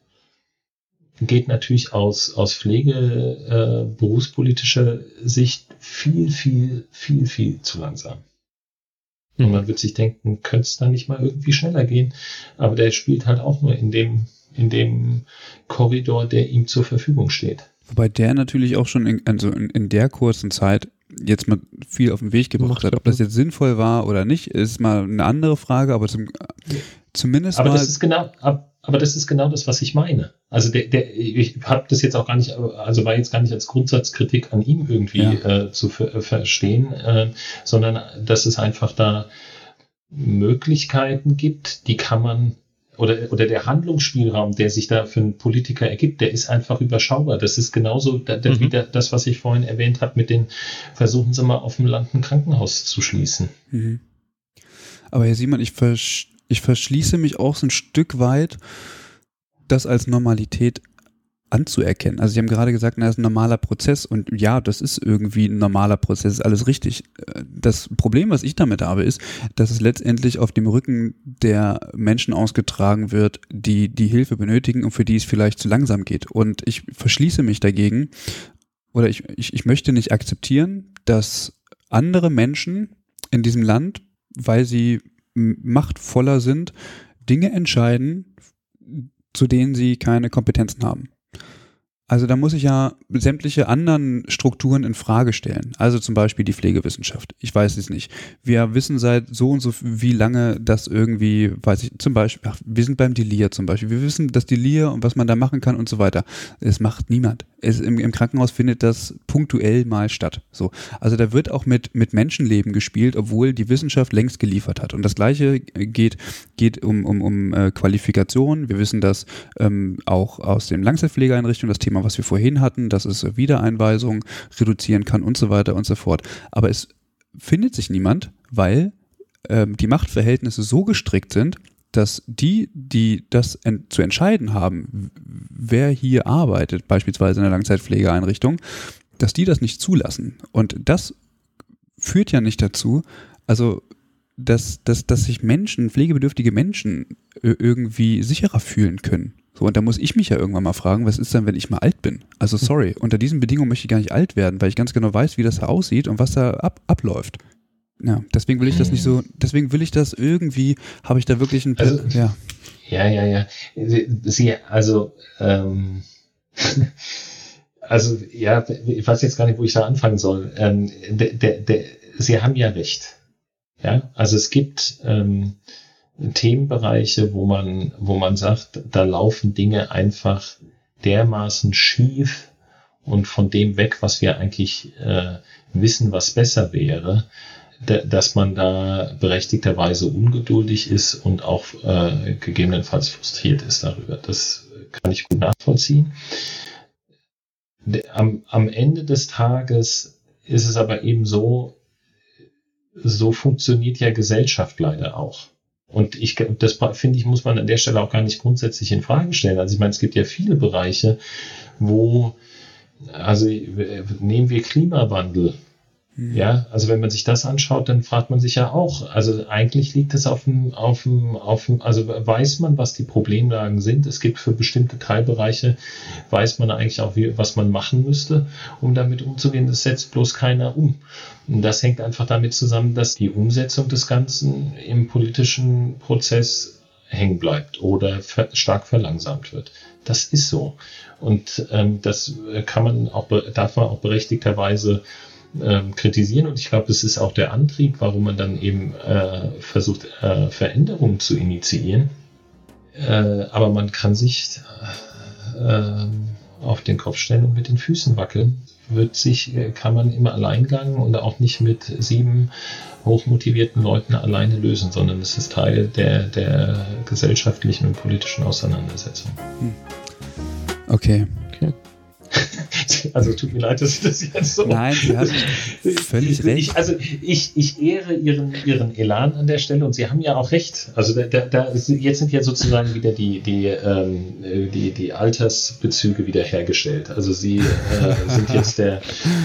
S3: geht natürlich aus, aus Pflege, äh, berufspolitischer Sicht viel, viel, viel, viel zu langsam. Und man wird sich denken, könnte es da nicht mal irgendwie schneller gehen? Aber der spielt halt auch nur in dem, in dem Korridor, der ihm zur Verfügung steht.
S1: Wobei der natürlich auch schon in, also in, in der kurzen Zeit jetzt mal viel auf den Weg gebracht hat. Ob das jetzt sinnvoll war oder nicht, ist mal eine andere Frage, aber zum, zumindest
S3: aber
S1: mal...
S3: Das ist genau, ab, aber das ist genau das, was ich meine. Also der, der, ich habe das jetzt auch gar nicht, also war jetzt gar nicht als Grundsatzkritik an ihm irgendwie ja. äh, zu ver- verstehen, äh, sondern dass es einfach da Möglichkeiten gibt, die kann man, oder, oder der Handlungsspielraum, der sich da für einen Politiker ergibt, der ist einfach überschaubar. Das ist genauso da, da, mhm. wie da, das, was ich vorhin erwähnt habe, mit den, versuchen Sie mal auf dem Land ein Krankenhaus zu schließen.
S1: Mhm. Aber Herr Siemann, ich, versch- ich verschließe mich auch so ein Stück weit, das als Normalität anzuerkennen. Also Sie haben gerade gesagt, na, das ist ein normaler Prozess und ja, das ist irgendwie ein normaler Prozess, ist alles richtig. Das Problem, was ich damit habe, ist, dass es letztendlich auf dem Rücken der Menschen ausgetragen wird, die die Hilfe benötigen und für die es vielleicht zu langsam geht. Und ich verschließe mich dagegen oder ich, ich, ich möchte nicht akzeptieren, dass andere Menschen in diesem Land, weil sie machtvoller sind, Dinge entscheiden, zu denen sie keine Kompetenzen haben. Also da muss ich ja sämtliche anderen Strukturen in Frage stellen. Also zum Beispiel die Pflegewissenschaft. Ich weiß es nicht. Wir wissen seit so und so wie lange das irgendwie, weiß ich, zum Beispiel, ach, wir sind beim Delir zum Beispiel. Wir wissen, dass Delir und was man da machen kann und so weiter. Es macht niemand. Es, im, im Krankenhaus findet das punktuell mal statt. So. Also da wird auch mit, mit Menschenleben gespielt, obwohl die Wissenschaft längst geliefert hat. Und das Gleiche geht, geht um, um, um äh, Qualifikation. Wir wissen, dass ähm, auch aus den Langzeitpflegeeinrichtungen das Thema, was wir vorhin hatten, dass es Wiedereinweisung reduzieren kann und so weiter und so fort. Aber es findet sich niemand, weil ähm, die Machtverhältnisse so gestrickt sind, dass die, die das en- zu entscheiden haben, wer hier arbeitet, beispielsweise in einer Langzeitpflegeeinrichtung, dass die das nicht zulassen. Und das führt ja nicht dazu, also dass, dass, dass sich Menschen, pflegebedürftige Menschen irgendwie sicherer fühlen können. So, und da muss ich mich ja irgendwann mal fragen, was ist denn, wenn ich mal alt bin? Also sorry, unter diesen Bedingungen möchte ich gar nicht alt werden, weil ich ganz genau weiß, wie das da aussieht und was da ab, abläuft. Ja, deswegen will ich das nicht so, deswegen will ich das irgendwie, habe ich da wirklich ein,
S3: also,
S1: ja.
S3: Ja, ja, ja. Sie, also, ähm, also, ja, ich weiß jetzt gar nicht, wo ich da anfangen soll. Ähm, der, der, der, Sie haben ja recht. Ja, also es gibt, ähm, Themenbereiche, wo man, wo man sagt, da laufen Dinge einfach dermaßen schief und von dem weg, was wir eigentlich äh, wissen, was besser wäre. dass man da berechtigterweise ungeduldig ist und auch äh, gegebenenfalls frustriert ist darüber. Das kann ich gut nachvollziehen. Am, am Ende des Tages ist es aber eben so, so funktioniert ja Gesellschaft leider auch. Und ich, das finde ich, muss man an der Stelle auch gar nicht grundsätzlich in Frage stellen. Also ich meine, es gibt ja viele Bereiche, wo, also nehmen wir Klimawandel. Ja, also wenn man sich das anschaut, dann fragt man sich ja auch, also eigentlich liegt es auf dem, auf dem, auf dem, also weiß man, was die Problemlagen sind. Es gibt für bestimmte Teilbereiche, weiß man eigentlich auch, wie, was man machen müsste, um damit umzugehen. Das setzt bloß keiner um. Und das hängt einfach damit zusammen, dass die Umsetzung des Ganzen im politischen Prozess hängen bleibt oder ver- stark verlangsamt wird. Das ist so. Und ähm, das kann man auch, darf man auch berechtigterweise Ähm, kritisieren, und ich glaube, das ist auch der Antrieb, warum man dann eben äh, versucht, äh, Veränderungen zu initiieren. Äh, aber man kann sich äh, auf den Kopf stellen und mit den Füßen wackeln. Wird sich, kann man im Alleingang und auch nicht mit sieben hochmotivierten Leuten alleine lösen, sondern es ist Teil der, der gesellschaftlichen und politischen Auseinandersetzung.
S1: Hm. Okay.
S2: okay.
S3: Also tut mir leid, dass ich das jetzt so...
S1: Nein, Sie haben völlig recht.
S3: Ich, also ich, ich ehre Ihren, Ihren Elan an der Stelle, und Sie haben ja auch recht. Also da, da, da ist, jetzt sind ja sozusagen wieder die, die, ähm, die, die Altersbezüge wiederhergestellt. Also Sie äh, sind jetzt der,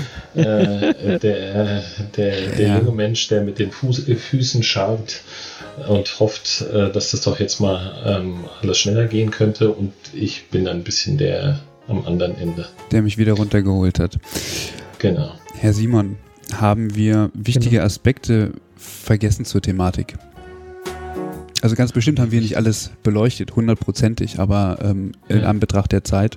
S3: äh, der, der, der ja. junge Mensch, der mit den Fuß, Füßen schaut und hofft, äh, dass das doch jetzt mal ähm, alles schneller gehen könnte, und ich bin ein bisschen der am anderen Ende.
S1: Der mich wieder runtergeholt hat.
S3: Genau.
S1: Herr Simon, haben wir wichtige genau. Aspekte vergessen zur Thematik? Also ganz bestimmt haben wir nicht alles beleuchtet, hundertprozentig, aber ähm, in ja. Anbetracht der Zeit.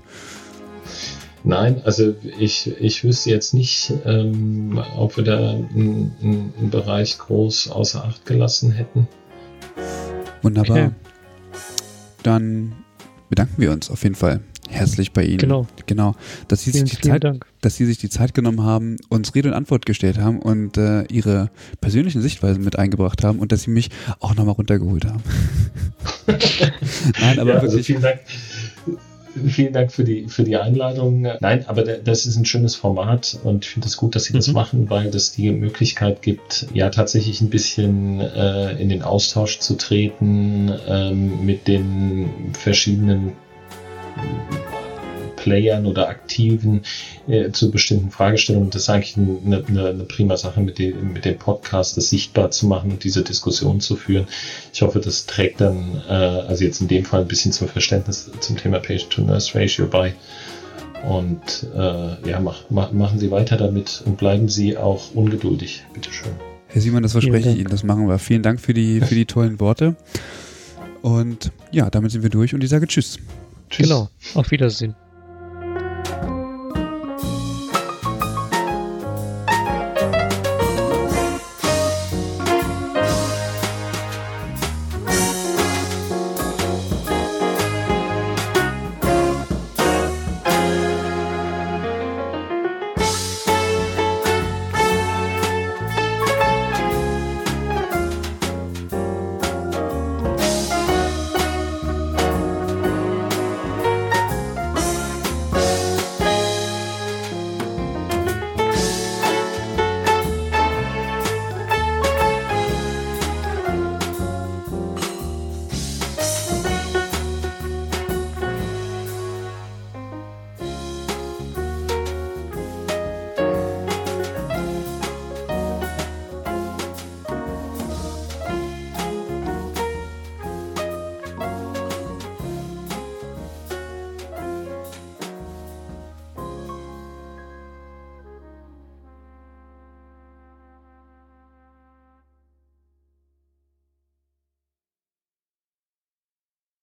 S3: Nein, also ich, ich wüsste jetzt nicht, ähm, ob wir da einen, einen Bereich groß außer Acht gelassen hätten.
S1: Wunderbar.
S2: Okay.
S1: Dann bedanken wir uns auf jeden Fall herzlich bei Ihnen.
S2: Genau.
S1: Genau. Dass Sie,
S2: vielen,
S1: sich die Zeit,
S2: Dank.
S1: dass Sie sich die Zeit genommen haben, uns Rede und Antwort gestellt haben und äh, Ihre persönlichen Sichtweisen mit eingebracht haben und dass Sie mich auch nochmal runtergeholt haben. Nein, aber
S3: ja,
S1: wirklich.
S3: Also vielen Dank. Vielen Dank für die, für die Einladung. Nein, aber das ist ein schönes Format, und ich finde es gut, dass Sie das mhm. machen, weil das die Möglichkeit gibt, ja tatsächlich ein bisschen äh, in den Austausch zu treten ähm, mit den verschiedenen Playern oder Aktiven äh, zu bestimmten Fragestellungen. Das ist eigentlich eine, eine, eine prima Sache, mit dem, mit dem Podcast das sichtbar zu machen und diese Diskussion zu führen. Ich hoffe, das trägt dann, äh, also jetzt in dem Fall ein bisschen zum Verständnis zum Thema Patient-to-Nurse-Ratio bei. Und äh, ja, mach, mach, machen Sie weiter damit und bleiben Sie auch ungeduldig. Bitteschön.
S1: Herr Simon, das verspreche ich Ihnen, das machen wir. Vielen Dank für die, für die tollen Worte. Und ja, damit sind wir durch und ich sage Tschüss.
S2: Tschüss. Genau, auf Wiedersehen.